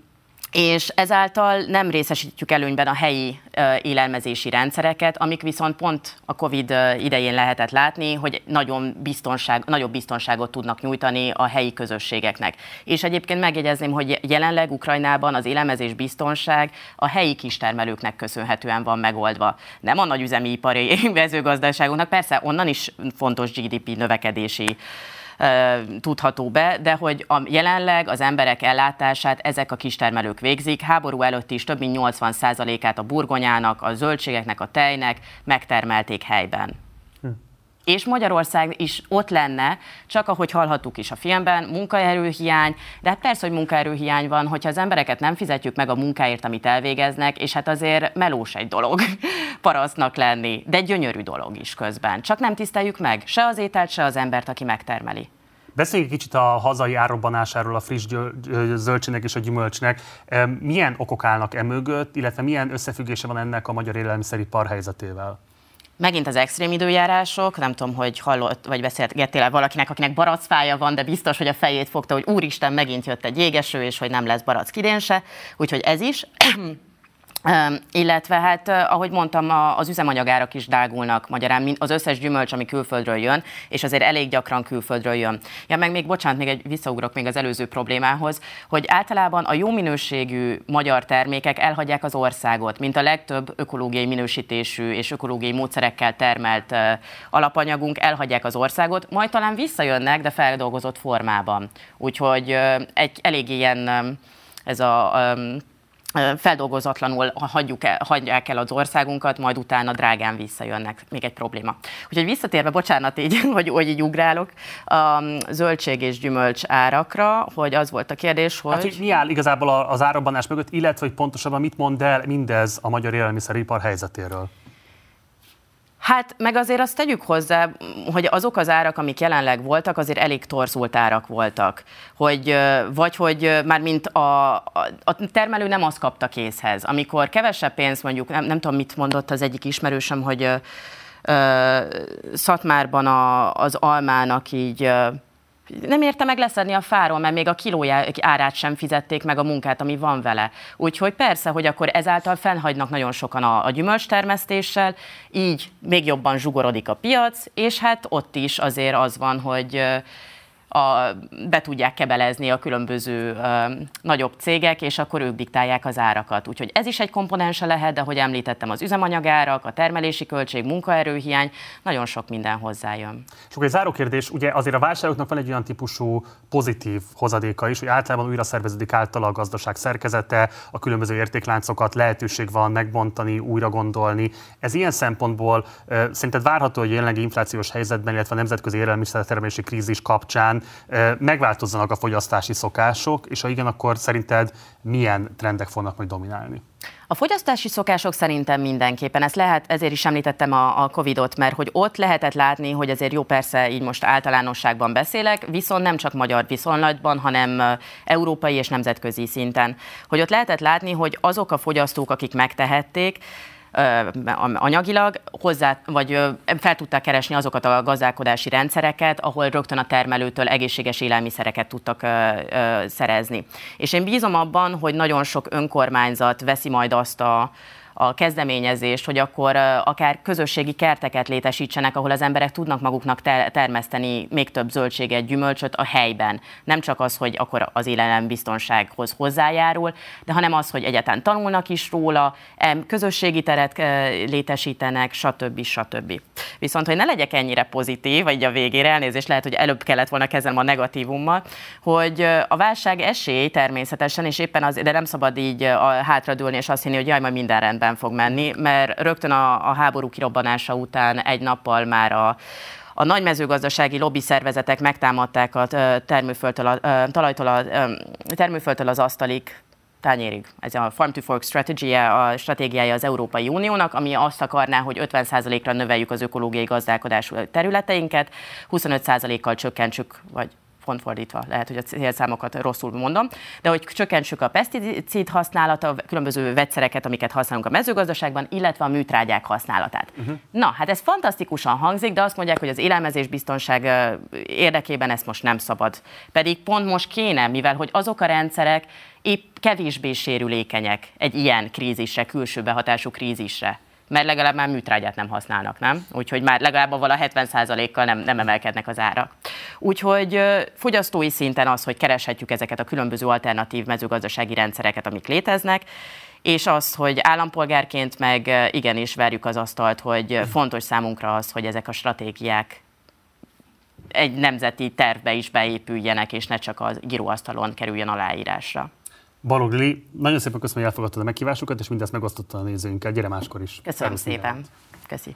és ezáltal nem részesítjük előnyben a helyi élelmezési rendszereket, amik viszont pont a Covid idején lehetett látni, hogy nagyobb biztonságot tudnak nyújtani a helyi közösségeknek. És egyébként megjegyezném, hogy jelenleg Ukrajnában az élelmezés biztonság a helyi kistermelőknek köszönhetően van megoldva. Nem a nagyüzemi ipari mezőgazdaságoknak, persze onnan is fontos GDP növekedési tudható be, de hogy jelenleg az emberek ellátását ezek a kistermelők végzik. Háború előtt is több mint 80%-át a burgonyának, a zöldségeknek, a tejnek megtermelték helyben. És Magyarország is ott lenne, csak ahogy hallhattuk is a filmben, munkaerőhiány, de hát persze, hogy munkaerőhiány van, hogyha az embereket nem fizetjük meg a munkáért, amit elvégeznek, és hát azért melós egy dolog parasztnak lenni, de gyönyörű dolog is közben. Csak nem tiszteljük meg se az ételt, se az embert, aki megtermeli. Beszéljünk egy kicsit a hazai árrobbanásáról, a friss zöldségnek és a gyümölcsnek. Milyen okok állnak emögött, illetve milyen összefüggése van ennek a magyar élelmiszeripar helyzetével? Megint az extrém időjárások, nem tudom, hogy hallott, vagy beszélgettél valakinek, akinek baracfája van, de biztos, hogy a fejét fogta, hogy úristen, megint jött egy jégeső, és hogy nem lesz barack idén se, úgyhogy ez is. Illetve hát, ahogy mondtam, az üzemanyagárak is drágulnak magyarán, az összes gyümölcs, ami külföldről jön, és azért elég gyakran külföldről jön. Ja, meg még, bocsánat, visszaugrok még az előző problémához, hogy általában a jó minőségű magyar termékek elhagyják az országot, mint a legtöbb ökológiai minősítésű és ökológiai módszerekkel termelt alapanyagunk elhagyják az országot, majd talán visszajönnek, de feldolgozott formában. Úgyhogy egy elég ilyen ez a feldolgozatlanul hagyják el az országunkat, majd utána drágán visszajönnek. Még egy probléma. Úgyhogy visszatérve, bocsánat így, hogy így ugrálok, a zöldség és gyümölcs árakra, hogy az volt a kérdés, hogy... Hát, hogy mi áll igazából az árrobbanás mögött, illetve, hogy pontosabban mit mond el mindez a magyar élelmiszeripar helyzetéről? Hát meg azért azt tegyük hozzá, hogy azok az árak, amik jelenleg voltak, azért elég torzult árak voltak. Vagy hogy már mint a termelő nem azt kapta készhez. Amikor kevesebb pénz, mondjuk, nem tudom, mit mondott az egyik ismerősöm, hogy Szatmárban az almának így... nem érte meg leszedni a fáról, mert még a kilója árát sem fizették meg a munkát, ami van vele. Úgyhogy persze, hogy akkor ezáltal fennhagynak nagyon sokan a gyümölcstermesztéssel, így még jobban zsugorodik a piac, és hát ott is azért az van, hogy be tudják kebelezni a különböző nagyobb cégek, és akkor ők diktálják az árakat. Úgyhogy ez is egy komponense lehet, de ahogy említettem, az üzemanyagárak, a termelési költség, munkaerőhiány, nagyon sok minden hozzájön. És akkor egy záró kérdés, ugye azért a válságoknak van egy olyan típusú pozitív hozadéka is, hogy általában újra szerveződik általa a gazdaság szerkezete, a különböző értékláncokat lehetőség van megbontani, újra gondolni. Ez ilyen szempontból szerinted várható, hogy a jelenlegi inflációs helyzetben, illetve a nemzetközi élelmiszertermelési krízis kapcsán megváltozzanak a fogyasztási szokások, és ha igen, akkor szerinted milyen trendek fognak majd dominálni? A fogyasztási szokások szerintem mindenképpen, ezért is említettem a Covid-ot, mert hogy ott lehetett látni, hogy azért jó, persze így most általánosságban beszélek, viszont nem csak magyar viszonylatban, hanem európai és nemzetközi szinten. Hogy ott lehetett látni, hogy azok a fogyasztók, akik megtehették, anyagilag fel tudták keresni azokat a gazdálkodási rendszereket, ahol rögtön a termelőtől egészséges élelmiszereket tudtak szerezni. És én bízom abban, hogy nagyon sok önkormányzat veszi majd azt a kezdeményezést, hogy akkor akár közösségi kerteket létesítsenek, ahol az emberek tudnak maguknak termeszteni még több zöldséget, gyümölcsöt a helyben. Nem csak az, hogy akkor az élelembiztonsághoz hozzájárul, de hanem az, hogy egyáltalán tanulnak is róla, közösségi teret létesítenek, stb. Viszont, hogy ne legyek ennyire pozitív, vagy a végére, elnézést, lehet, hogy előbb kellett volna kezdenem a negatívummal, hogy a válság esély természetesen, és éppen az, de nem szabad így hátradőlni, és azt hinni, hogy jaj, majd minden rendben fog menni, mert rögtön a háború kirobbanása után egy nappal már a nagy mezőgazdasági lobby szervezetek megtámadták a termőföldtől az asztalig, tányérig. Ez a Farm to Fork stratégiája az Európai Uniónak, ami azt akarná, hogy 50%-ra növeljük az ökológiai gazdálkodású területeinket, 25%-kal csökkentsük, vagy pont fordítva, lehet, hogy a célszámokat rosszul mondom, de hogy csökkentsük a peszticid használatot, különböző vegyszereket, amiket használunk a mezőgazdaságban, illetve a műtrágyák használatát. Na, hát ez fantasztikusan hangzik, de azt mondják, hogy az élelmezésbiztonság érdekében ezt most nem szabad. Pedig pont most kéne, mivel hogy azok a rendszerek épp kevésbé sérülékenyek egy ilyen krízisre, külső behatású krízisre. Mert legalább már műtrágyát nem használnak, nem? Úgyhogy már legalább a 70%-kal nem emelkednek az árak. Úgyhogy fogyasztói szinten az, hogy kereshetjük ezeket a különböző alternatív mezőgazdasági rendszereket, amik léteznek, és az, hogy állampolgárként meg igenis verjük az asztalt, hogy fontos számunkra az, hogy ezek a stratégiák egy nemzeti tervbe is beépüljenek, és ne csak a íróasztalon kerüljön aláírásra. Balogh Lili, nagyon szépen köszönöm, hogy elfogadtad a meghívásunkat, és mindezt megosztottad a nézőinkkel. Gyere máskor is. Köszönöm szépen. Köszi.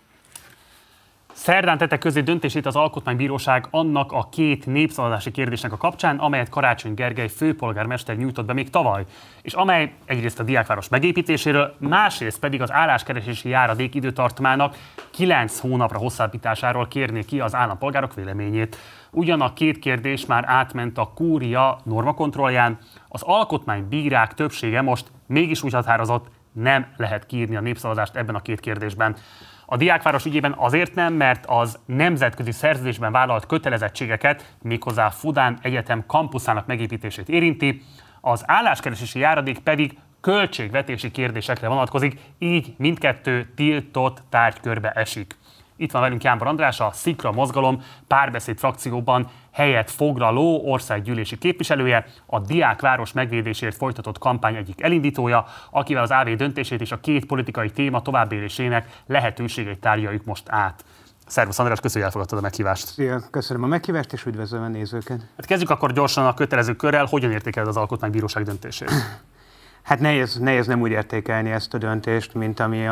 Szerdán tette közé döntését az Alkotmánybíróság annak a 2 népszavazási kérdésnek a kapcsán, amelyet Karácsony Gergely főpolgármester nyújtott be még tavaly, és amely egyrészt a diákváros megépítéséről, másrészt pedig az álláskeresési járadék időtartamának 9 hónapra hosszabbításáról kérné ki az állampolgárok véleményét. Ugyan a 2 kérdés már átment a kúria normakontrollján, az alkotmánybírák többsége most mégis úgy határozott, nem lehet kiírni a népszavazást ebben a 2 kérdésben. A diákváros ügyében azért nem, mert az nemzetközi szerződésben vállalt kötelezettségeket, méghozzá a Fudán Egyetem kampuszának megépítését érinti, az álláskeresési járadék pedig költségvetési kérdésekre vonatkozik, így mindkettő tiltott tárgykörbe esik. Itt van velünk Jánbor András, a Szikra Mozgalom Párbeszéd frakcióban helyet foglaló országgyűlési képviselője, a diákváros megvédésért folytatott kampány egyik elindítója, akivel az AV döntését és a 2 politikai téma továbbélésének lehetőségeit tárgyaljuk most át. Szervusz András, köszönjük, hogy elfogadtad a meghívást. Szia, köszönöm a meghívást, és üdvözlöm a nézőket. Hát kezdjük akkor gyorsan a kötelező körrel. Hogyan értékeled az Alkotmánybíróság döntését? Hát nehéz nem úgy értékelni ezt a döntést, mint ami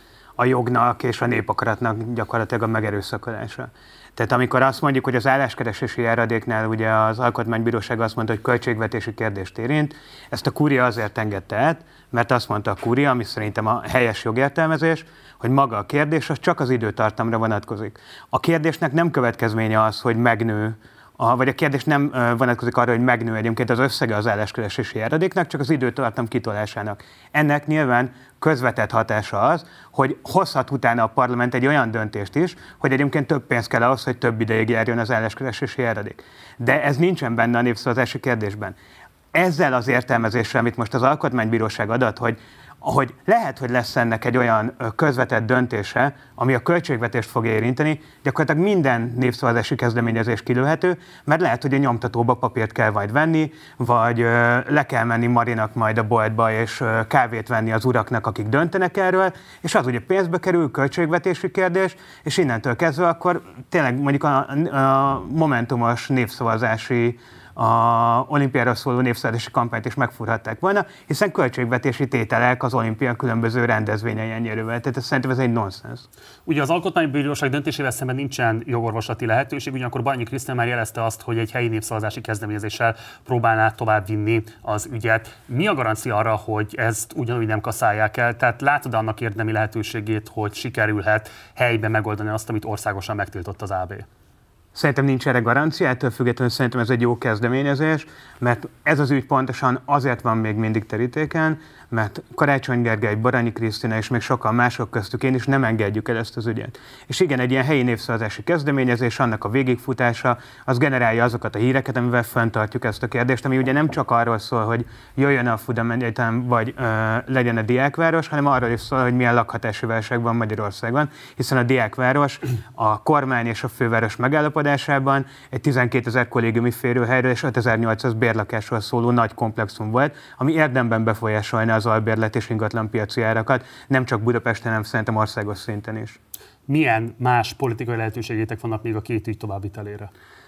a jognak és a népakaratnak gyakorlatilag a megerőszakolása. Tehát amikor azt mondjuk, hogy az álláskeresési járadéknál ugye az Alkotmánybíróság azt mondta, hogy költségvetési kérdést érint, ezt a kúria azért engedte át, mert azt mondta a kúria, ami szerintem a helyes jogértelmezés, hogy maga a kérdés az csak az időtartamra vonatkozik. A kérdésnek nem következménye az, hogy megnő, vagy a kérdés nem vonatkozik arra, hogy megnő egyébként az összege az álláskeresési járadéknak, csak az időtartam kitolásának. Ennek nyilván közvetett hatása az, hogy hozhat utána a parlament egy olyan döntést is, hogy egyébként több pénz kell ahhoz, hogy több ideig járjon az álláskeresési járadék. De ez nincsen benne a népszavazási kérdésben. Ezzel az értelmezéssel, amit most az Alkotmánybíróság adat, hogy lehet, hogy lesz ennek egy olyan közvetett döntése, ami a költségvetést fogja érinteni, gyakorlatilag minden népszavazási kezdeményezés kilőhető, mert lehet, hogy a nyomtatóba papírt kell majd venni, vagy le kell menni Marinak majd a boltba, és kávét venni az uraknak, akik döntenek erről, és az ugye pénzbe kerül, költségvetési kérdés, és innentől kezdve akkor tényleg mondjuk a momentumos népszavazási a olimpiára szóló népszavazási kampányt is megfúrhatták volna, hiszen költségvetési tételek az olimpia különböző rendezvényein nyerővel. Tehát szerintem ez egy nonsens. Ugye az Alkotmánybíróság döntésével szemben nincsen jogorvoslati lehetőség, ugyanakkor Baranyi Krisztina már jelezte azt, hogy egy helyi népszavazási kezdeményezéssel próbálná továbbvinni az ügyet. Mi a garancia arra, hogy ezt ugyanúgy nem kaszálják el? Tehát látod annak érdemi lehetőségét, hogy sikerülhet helyben megoldani azt, amit országosan megtiltott az AB? Szerintem nincs erre garancia, ettől függetlenül szerintem ez egy jó kezdeményezés, mert ez az ügy pontosan azért van még mindig terítéken, mert Karácsony Gergely, Baranyi Krisztina és még sokan mások köztük én is nem engedjük el ezt az ügyet. És igen, egy ilyen helyi népszavazási kezdeményezés, annak a végigfutása, az generálja azokat a híreket, amivel fenntartjuk ezt a kérdést, ami ugye nem csak arról szól, hogy jöjjön a Fudán Egyetem, vagy legyen a diákváros, hanem arról is szól, hogy milyen lakhatási válság van Magyarországon, hiszen a diákváros a kormány és a főváros megállapodásában egy 12 000 kollégiumi férőhelyről és 5800 bérlakásról szóló nagy komplexum volt, ami érdemben befolyásolna az albérlet és ingatlanpiaci árakat, nem csak Budapesten, hanem szerintem országos szinten is. Milyen más politikai lehetőségétek vannak még a 2 ügy továbbvitelére?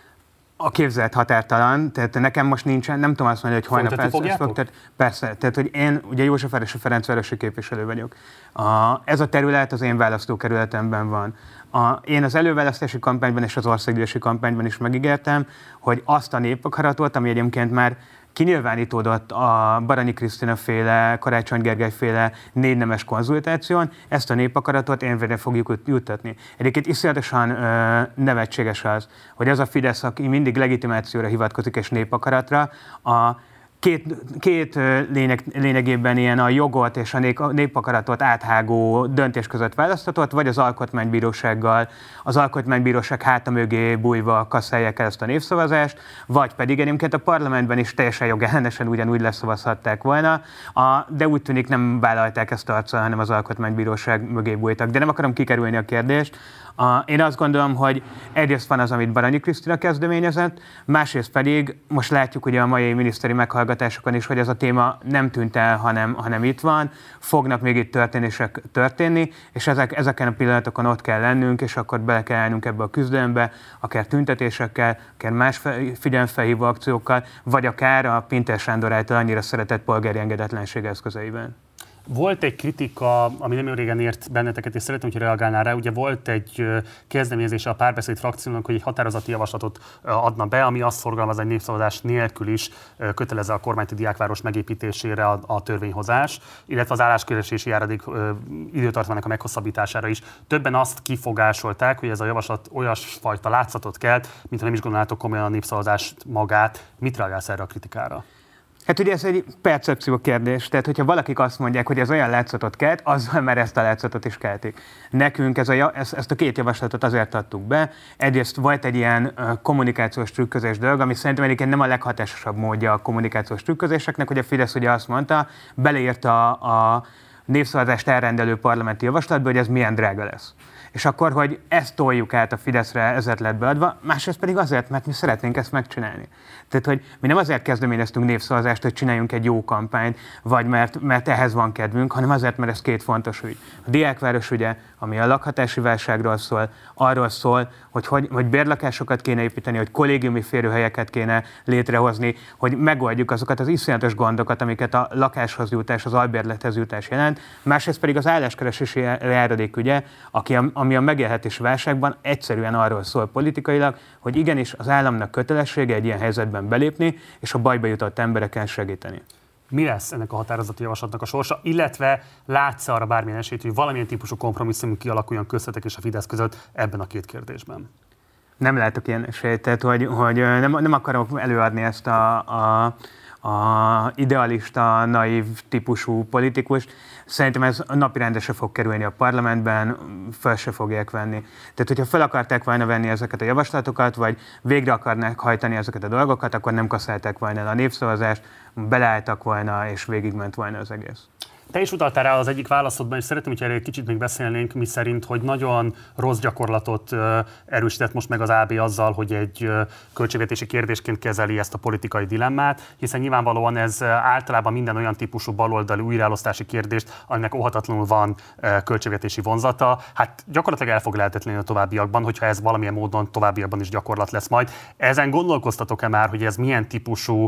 A képzelt határtalan, tehát nekem most nincsen, nem tudom azt mondani, hogy holnap ezt fog, persze, tehát hogy én ugye Józsefvárosi Ferencvárosi képviselő vagyok. Ez a terület az én választókerületemben van. Én az előválasztási kampányban és az országgyűlési kampányban is megígértem, hogy azt a népakaratot, ami egyébként már kinyilvánítódott a Baranyi Krisztina féle, Karácsony Gergely féle 4 nemes konzultáción, ezt a népakaratot érvényre fogjuk juttatni. Egyébként iszonyatosan nevetséges az, hogy az a Fidesz, aki mindig legitimációra hivatkozik és népakaratra, a két lényegében ilyen a jogot és a népakaratot áthágó döntés között választatott, vagy az alkotmánybírósággal, az alkotmánybíróság háta mögé bújva kasszálják el ezt a népszavazást, vagy pedig egyébként a parlamentben is teljesen jogellenesen ugyanúgy leszavazhatták volna, de úgy tűnik nem vállalták ezt arccal, hanem az alkotmánybíróság mögé bújtak. De nem akarom kikerülni a kérdést. Én azt gondolom, hogy egyrészt van az, amit Baranyi Krisztina kezdeményezett, másrészt pedig most látjuk ugye a mai miniszteri meghallgatásokon is, hogy ez a téma nem tűnt el, hanem itt van, fognak még itt történések történni, és ezeken a pillanatokon ott kell lennünk, és akkor bele kell állnunk ebbe a küzdelembe, akár tüntetésekkel, akár más figyelemfelhívó akciókkal, vagy akár a Pintér Sándor által annyira szeretett polgári engedetlenség eszközeiben. Volt egy kritika, ami nem régen ért benneteket, és szeretném, hogy reagálnál rá. Ugye volt egy kezdeményezése a Párbeszéd frakciónak, hogy egy határozati javaslatot adna be, ami azt szorgalmaz, egy népszavazás nélkül is kötelezze a kormányt a diákváros megépítésére a törvényhozás, illetve az álláskeresési járadék időtartamának a meghosszabbítására is. Többen azt kifogásolták, hogy ez a javaslat olyasfajta látszatot kelt, mintha nem is gondolnátok komolyan a népszavazást magát. Mit reagálsz erre a kritikára? Hát ugye ez egy percepció kérdés, tehát hogyha valakik azt mondják, hogy ez olyan látszatot kelt, azzal már ezt a látszatot is keltik. Nekünk ezt a 2 javaslatot azért adtuk be. Egyrészt volt egy ilyen kommunikációs trükközés dolog, ami szerintem egyébként nem a leghatásosabb módja a kommunikációs trükközéseknek, hogy a Fidesz ugye azt mondta, beleírta a népszavazást elrendelő parlamenti javaslatba, hogy ez milyen drága lesz. És akkor, hogy ezt toljuk át a Fideszre, ezért lett beadva, másrészt pedig azért, mert mi szeretnénk ezt megcsinálni. Tehát, hogy mi nem azért kezdeményeztünk népszavazást, hogy csináljunk egy jó kampányt, vagy mert ehhez van kedvünk, hanem azért, mert ez 2 fontos ügy. A diákváros ügye, ami a lakhatási válságról szól, arról szól, hogy bérlakásokat kéne építeni, hogy kollégiumi férőhelyeket kéne létrehozni, hogy megoldjuk azokat az iszonyatos gondokat, amiket a lakáshoz jutás, az albérlethez jutás jelent. Másrészt pedig az álláskeresési járadék ügye, ami a megélhetési válságban egyszerűen arról szól politikailag, hogy igenis az államnak kötelessége egy ilyen helyzetben belépni, és a bajba jutott embereken segíteni. Mi lesz ennek a határozati javaslatnak a sorsa, illetve látsz arra bármilyen esélyt, hogy valamilyen típusú kompromisszum kialakuljon köztetek és a Fidesz között ebben a 2 kérdésben? Nem látok ilyen esélyt, tehát hogy nem akarom előadni ezt a idealista, naív típusú politikus. Szerintem ez napirendre se fog kerülni a parlamentben, fel se fogják venni. Tehát, hogyha fel akarták volna venni ezeket a javaslatokat, vagy végre akarnák hajtani ezeket a dolgokat, akkor nem kasszálták volna el a népszavazást, beleálltak volna, és végigment volna az egész. Te is utaltál rá az egyik válaszodban, és szeretném, hogy erről egy kicsit még beszélnénk, mi szerint, hogy nagyon rossz gyakorlatot erősített most meg az AB azzal, hogy egy költségvetési kérdésként kezeli ezt a politikai dilemmát, hiszen nyilvánvalóan ez általában minden olyan típusú baloldali újraelosztási kérdést, aminek óhatatlanul van költségvetési vonzata, hát gyakorlatilag el fog lehetetlenül a továbbiakban, hogyha ez valamilyen módon továbbiakban is gyakorlat lesz majd. Ezen gondolkoztatok-e már, hogy ez milyen típusú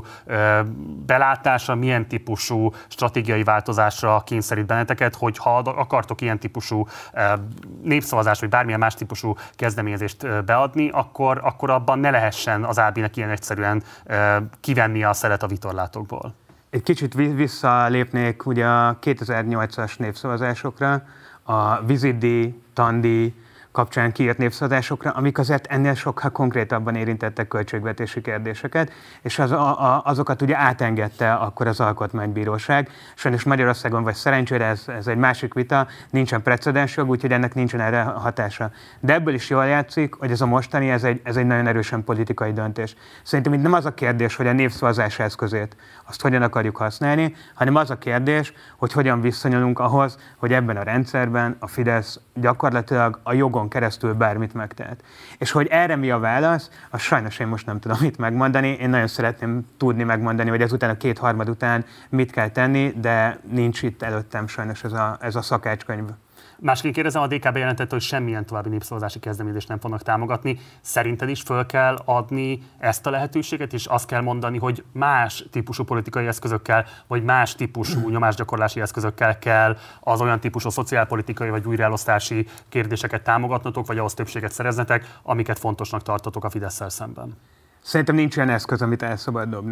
belátásra, milyen típusú stratégiai változásra kényszerít benneteket, hogy ha akartok ilyen típusú népszavazást, vagy bármilyen más típusú kezdeményezést beadni, akkor abban ne lehessen az AB-nek ilyen egyszerűen kivenni a szelet a vitorlátokból. Egy kicsit visszalépnék ugye a 2008-as népszavazásokra, a vízidíj, tandíj kapcsán kiírt népszavazásokra, amik azért ennél sokkal konkrétabban érintettek költségvetési kérdéseket, és azokat ugye átengedte akkor az Alkotmánybíróság. Sajnos Magyarországon, vagy szerencsére ez egy másik vita, nincsen precedensjog, úgyhogy ennek nincsen erre hatása. De ebből is jól játszik, hogy ez a mostani, ez egy nagyon erősen politikai döntés. Szerintem itt nem az a kérdés, hogy a népszavazás eszközét, azt hogyan akarjuk használni, hanem az a kérdés, hogy hogyan viszonyulunk ahhoz, hogy ebben a rendszerben a Fidesz gyakorlatilag a jogon keresztül bármit megtehet. És hogy erre mi a válasz, azt sajnos én most nem tudom mit megmondani. Én nagyon szeretném tudni megmondani, hogy ezután a 2/3 után mit kell tenni, de nincs itt előttem sajnos ez a szakácskönyv. Másként kérdezem, a DK bejelentette, hogy semmilyen további népszavazási kezdeményezést nem fognak támogatni. Szerinted is föl kell adni ezt a lehetőséget, és azt kell mondani, hogy más típusú politikai eszközökkel, vagy más típusú nyomásgyakorlási eszközökkel kell az olyan típusú szociálpolitikai vagy újraelosztási kérdéseket támogatnotok, vagy ahhoz többséget szereznetek, amiket fontosnak tartotok a Fidesszel szemben? Szerintem nincs olyan eszköz, amit el szabad dobni.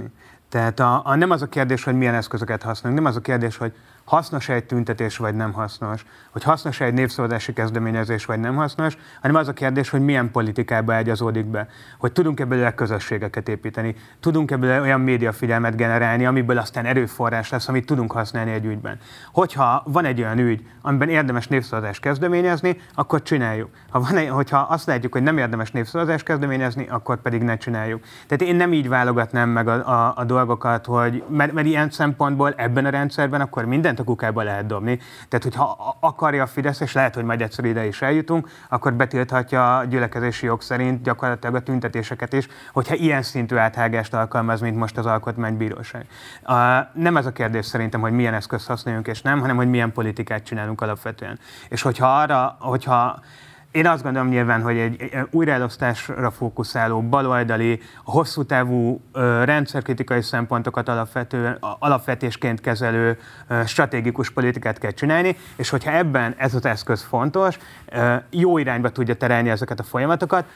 Tehát nem az a kérdés, hogy milyen eszközöket használunk, nem az a kérdés, hogy hasznos-e egy tüntetés, vagy nem hasznos, hogy hasznos-e egy népszavazási kezdeményezés, vagy nem hasznos, hanem az a kérdés, hogy milyen politikába ágyazódik be, hogy tudunk-e belőle közösségeket építeni, tudunk-e belőle olyan médiafigyelmet generálni, amiből aztán erőforrás lesz, amit tudunk használni egy ügyben. Hogyha van egy olyan ügy, amiben érdemes népszavazást kezdeményezni, akkor csináljuk. Hogyha azt látjuk, hogy nem érdemes népszavazást kezdeményezni, akkor pedig ne csináljuk. Tehát én nem így válogatnám meg a dolgokat, hogy, mert ilyen szempontból ebben a rendszerben akkor mindent a kukába lehet dobni. Tehát, hogyha akarja a Fidesz, és lehet, hogy majd egyszer ide is eljutunk, akkor betilthatja a gyülekezési jog szerint gyakorlatilag a tüntetéseket is, hogyha ilyen szintű áthágást alkalmaz, mint most az Alkotmánybíróság. Nem az a kérdés szerintem, hogy milyen eszközt használjunk és nem, hanem hogy milyen politikát csinálunk alapvetően. És hogyha én azt gondolom nyilván, hogy egy újraelosztásra fókuszáló, baloldali, hosszú távú rendszerkritikai szempontokat alapvetésként kezelő stratégikus politikát kell csinálni, és hogyha ebben ez az eszköz fontos, jó irányba tudja terelni ezeket a folyamatokat,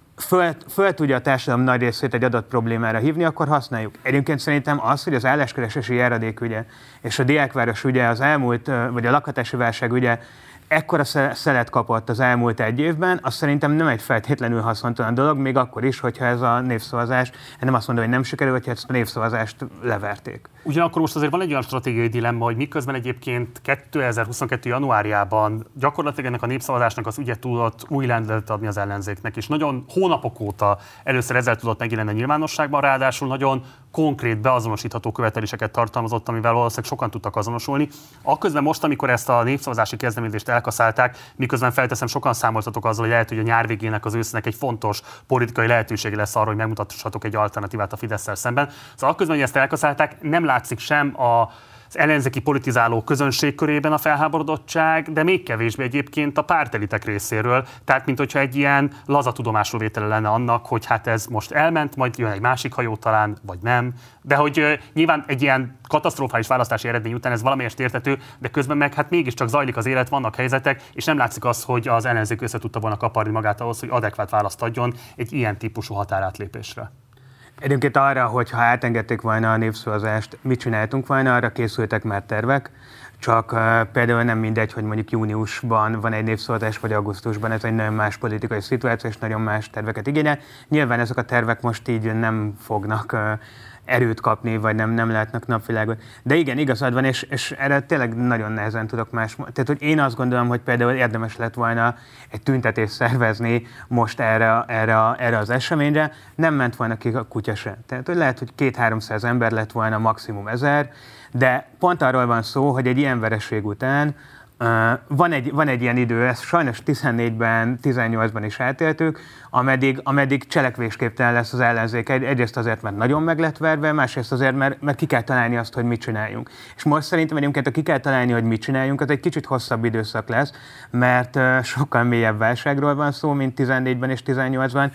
föl tudja a társadalom nagy részét egy adott problémára hívni, akkor használjuk. Egyébként szerintem az, hogy az álláskeresési járadék ügye és a diákváros ügye az elmúlt, vagy a lakhatási válság ügye ekkora szelet kapott az elmúlt egy évben, az szerintem nem egy feltétlenül haszontalan dolog, még akkor is, hogyha ez a névszavazás, nem azt mondom, hogy nem sikerül, hogyha ezt a névszavazást leverték. Ugyanakkor most azért van egy olyan stratégiai dilemma, hogy miközben egyébként 2022. januárjában gyakorlatilag ennek a népszavazásnak az ügye tudott új lendületet adni az ellenzéknek, és nagyon hónapok óta először ezzel tudott megjelenni a nyilvánosságban, ráadásul nagyon konkrét, beazonosítható követeléseket tartalmazott, amivel valószínűleg sokan tudtak azonosulni. Akközben most, amikor ezt a népszavazási kezdeményezést elkaszálták, miközben felteszem, sokan számoltatok azzal, hogy lehet, hogy a nyár végének, az ősznek egy fontos politikai lehetősége lesz arra, hogy megmutassatok egy alternatívát a Fidesszel szemben. Szóval akközben, hogy ezt elkaszálták, nem látszik sem az ellenzéki politizáló közönség körében a felháborodottság, de még kevésbé egyébként a pártelitek részéről. Tehát, mint hogyha egy ilyen laza tudomásul vétele lenne annak, hogy hát ez most elment, majd jön egy másik hajó talán, vagy nem. De hogy nyilván egy ilyen katasztrofális választási eredmény után ez valamelyest érthető, de közben meg hát mégiscsak zajlik az élet, vannak helyzetek, és nem látszik az, hogy az ellenzék össze tudta volna kaparni magát ahhoz, hogy adekvát választ adjon egy ilyen típusú határátlépésre. Egyébként arra, hogyha átengedték volna a népszavazást, mit csináltunk volna, arra készültek már tervek, csak például nem mindegy, hogy mondjuk júniusban van egy népszavazás, vagy augusztusban, ez egy nagyon más politikai szituáció, és nagyon más terveket igényel. Nyilván ezek a tervek most így nem fognak erőt kapni, vagy nem látnak napvilágot. De igen, igazad van, és erre tényleg nagyon nehezen tudok más. Tehát, hogy én azt gondolom, hogy például érdemes lett volna egy tüntetést szervezni most erre az eseményre, nem ment volna ki a kutya se. Tehát, hogy lehet, hogy 200-300 ember lett volna, maximum 1000, de pont arról van szó, hogy egy ilyen vereség után van egy ilyen idő, ezt sajnos 14-ben, 18-ban is átéltük, ameddig cselekvésképtelen lesz az ellenzék. Egyrészt azért, mert nagyon meg lett verve, másrészt azért, mert ki kell találni azt, hogy mit csináljunk. És most szerintem egyébként, ha ki kell találni, hogy mit csináljunk, az egy kicsit hosszabb időszak lesz, mert sokkal mélyebb válságról van szó, mint 14-ben és 18-ban,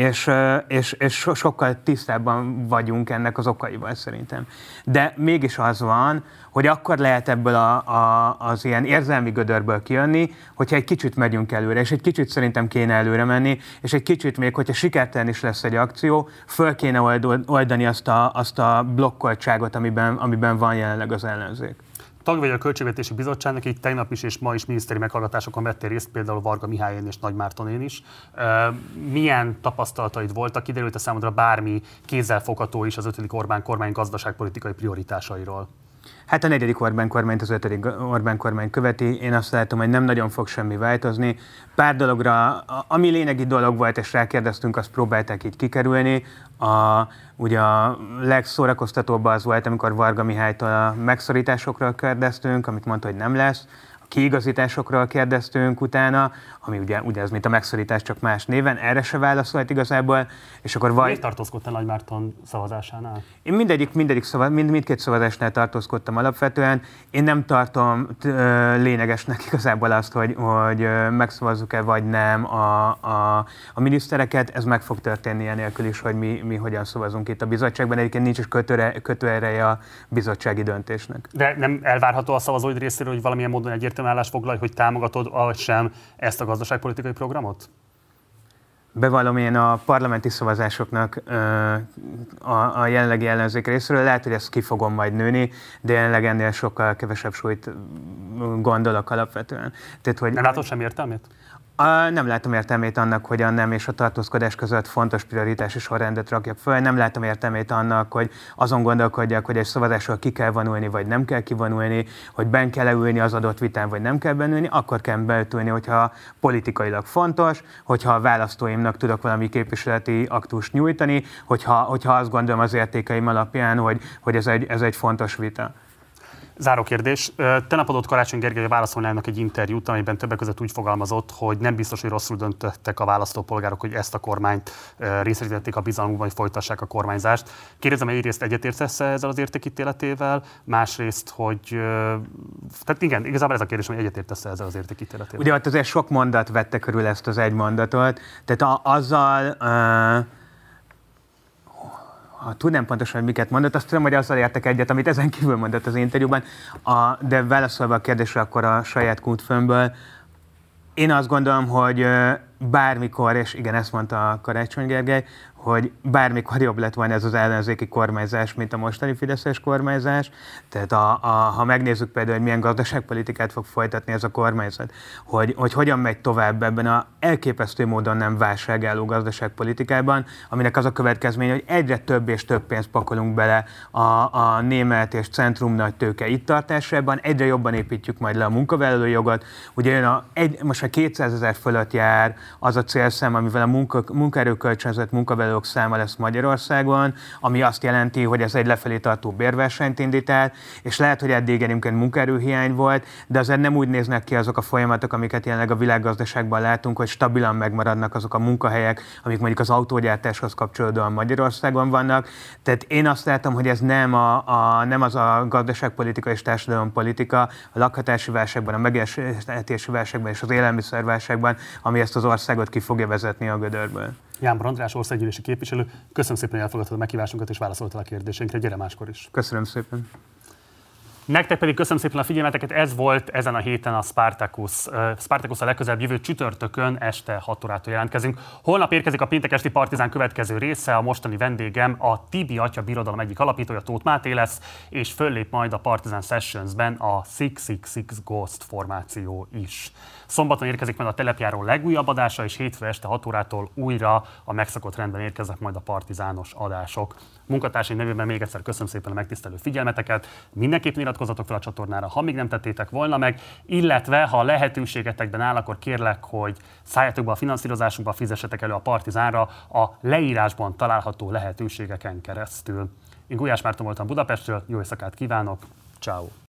és sokkal tisztábban vagyunk ennek az okaival szerintem. De mégis az van, hogy akkor lehet ebből az ilyen érzelmi gödörből kijönni, hogyha egy kicsit megyünk előre, és egy kicsit szerintem kéne előre menni, és egy kicsit még, hogyha sikertelen is lesz egy akció, föl kéne oldani azt a blokkoltságot, amiben van jelenleg az ellenzék. Tag vagy a Költségvetési Bizottságnak, így tegnap is és ma is miniszteri meghallgatásokon vettél részt, például Varga Mihályen és Nagy Mártonén is. Milyen tapasztalataid voltak? Kiderült-e számodra bármi kézzelfogható is az 5. Orbán kormány gazdaságpolitikai prioritásairól? Hát a 4. Orbán kormányt az 5. Orbán kormány követi. Én azt látom, hogy nem nagyon fog semmi változni. Pár dologra, ami lényegi dolog volt, és rákérdeztünk, azt próbálták így kikerülni. Ugye a legszórakoztatóbb az volt, amikor Varga Mihálytól a megszorításokról kérdeztünk, amit mondta, hogy nem lesz. Kiigazításokról kérdeztünk utána, ami ugye ez mint a megszorítás, csak más néven, erre se válaszolt igazából, és akkor Miért tartózkodtál Nagy Márton szavazásánál? Én mindkét szavazásnál tartózkodtam alapvetően. Én nem tartom lényegesnek igazából azt, hogy megszavazzuk-e vagy nem a minisztereket, ez meg fog történni enélkül is, hogy mi hogyan szavazunk itt a bizottságban. Egyébként nincs is kötőereje a bizottsági döntésnek. De nem elvárható a szavazóid részéről, hogy valamilyen módon egyértelműen állás foglalj, hogy támogatod vagy sem ezt a gazdaságpolitikai programot? bevallom, én a parlamenti szavazásoknak a jelenlegi ellenzék részéről lehet, hogy ezt ki fogom majd nőni, de jelenleg ennél sokkal kevesebb súlyt gondolok alapvetően. Tehát, hogy nem látod sem értelmét? Nem látom értelmét annak, hogy a nem és a tartózkodás között fontos prioritási sorrendet rakjak föl. Nem látom értelmét annak, hogy azon gondolkodjak, hogy egy szavazásról ki kell vonulni, vagy nem kell kivonulni, hogy benn kell ülni az adott vitán, vagy nem kell bennülni. Akkor kell beülni, hogyha politikailag fontos, hogyha a választóimnak tudok valami képviseleti aktust nyújtani, hogyha azt gondolom az értékeim alapján, hogy ez egy fontos vita. Záró kérdés. Tegnap adott Karácsony Gergely válaszolnának egy interjút, amiben többek között úgy fogalmazott, hogy nem biztos, hogy rosszul döntöttek a választópolgárok, hogy ezt a kormányt részesítették a bizalmukban, hogy folytassák a kormányzást. Kérdezem, egyrészt egyetértesz ezzel az értékítéletével, másrészt, hogy... Tehát igen, igazából ez a kérdés, hogy egyetértesz ezzel az értékítéletével. Ugye ott azért sok mondat vette körül ezt az egy mondatot, tehát azzal... Ha tudnám pontosan, hogy miket mondott, azt tudom, hogy azzal értek egyet, amit ezen kívül mondott az interjúban, de válaszolva a kérdésre akkor a saját kútfőmből, én azt gondolom, hogy bármikor, és igen, ezt mondta a Karácsony Gergely, hogy bármikor jobb lett volna ez az ellenzéki kormányzás, mint a mostani fideszes kormányzás. Tehát ha megnézzük például, hogy milyen gazdaságpolitikát fog folytatni ez a kormányzat, hogy hogyan megy tovább ebben a elképesztő módon nem válságálló gazdaságpolitikában, aminek az a következmény, hogy egyre több és több pénzt pakolunk bele a német és centrum nagy tőke itt tartásában, egyre jobban építjük majd le a munkavállalói jogot. Ugye most a 200 000 fölött jár az a célszám, amivel a munkaerőkölcsönzött munkavállalók száma lesz Magyarországon, ami azt jelenti, hogy ez egy lefelé tartó bérversenyt indít el, és lehet, hogy eddig egyébként munkaerőhiány volt, de azért nem úgy néznek ki azok a folyamatok, amiket jelenleg a világgazdaságban látunk, hogy stabilan megmaradnak azok a munkahelyek, amik mondjuk az autógyártáshoz kapcsolódóan Magyarországon vannak. Tehát én azt látom, hogy ez nem az a gazdaságpolitika és társadalompolitika a lakhatási válságban, a megélhetési válságban és az élelmiszerválságban, ami ezt az országot ki fogja vezetni a gödörből. Jámbor András, országgyűlési képviselő, köszönöm szépen, hogy elfogadtad a meghívásunkat és válaszoltál a kérdéseinkre. Gyere máskor is. Köszönöm szépen. Nektek pedig köszönöm szépen a figyelmeteket, ez volt ezen a héten a Spartacus. Spartacus a legközelebb jövő csütörtökön este 6 órától jelentkezünk. Holnap érkezik a péntek esti Partizán következő része, a mostani vendégem a Tibi Atya Birodalom egyik alapítója, Tóth Máté lesz, és föllép majd a Partizán Sessionsben a 666 Ghost formáció is. Szombaton érkezik majd a Telepjáró legújabb adása, és hétfő este 6 órától újra a megszokott rendben érkeznek majd a partizános adások. Munkatársaim nevében még egyszer köszönöm szépen a megtisztelő figyelmeteket, mindenképpen iratkozzatok fel a csatornára, ha még nem tettétek volna meg, illetve ha lehetőségetekben áll, akkor kérlek, hogy szálljatok be a finanszírozásunkba, fizessetek elő a Partizánra a leírásban található lehetőségeken keresztül. Én Gulyás Márton voltam Budapestről, jó éjszakát kívánok, ciao.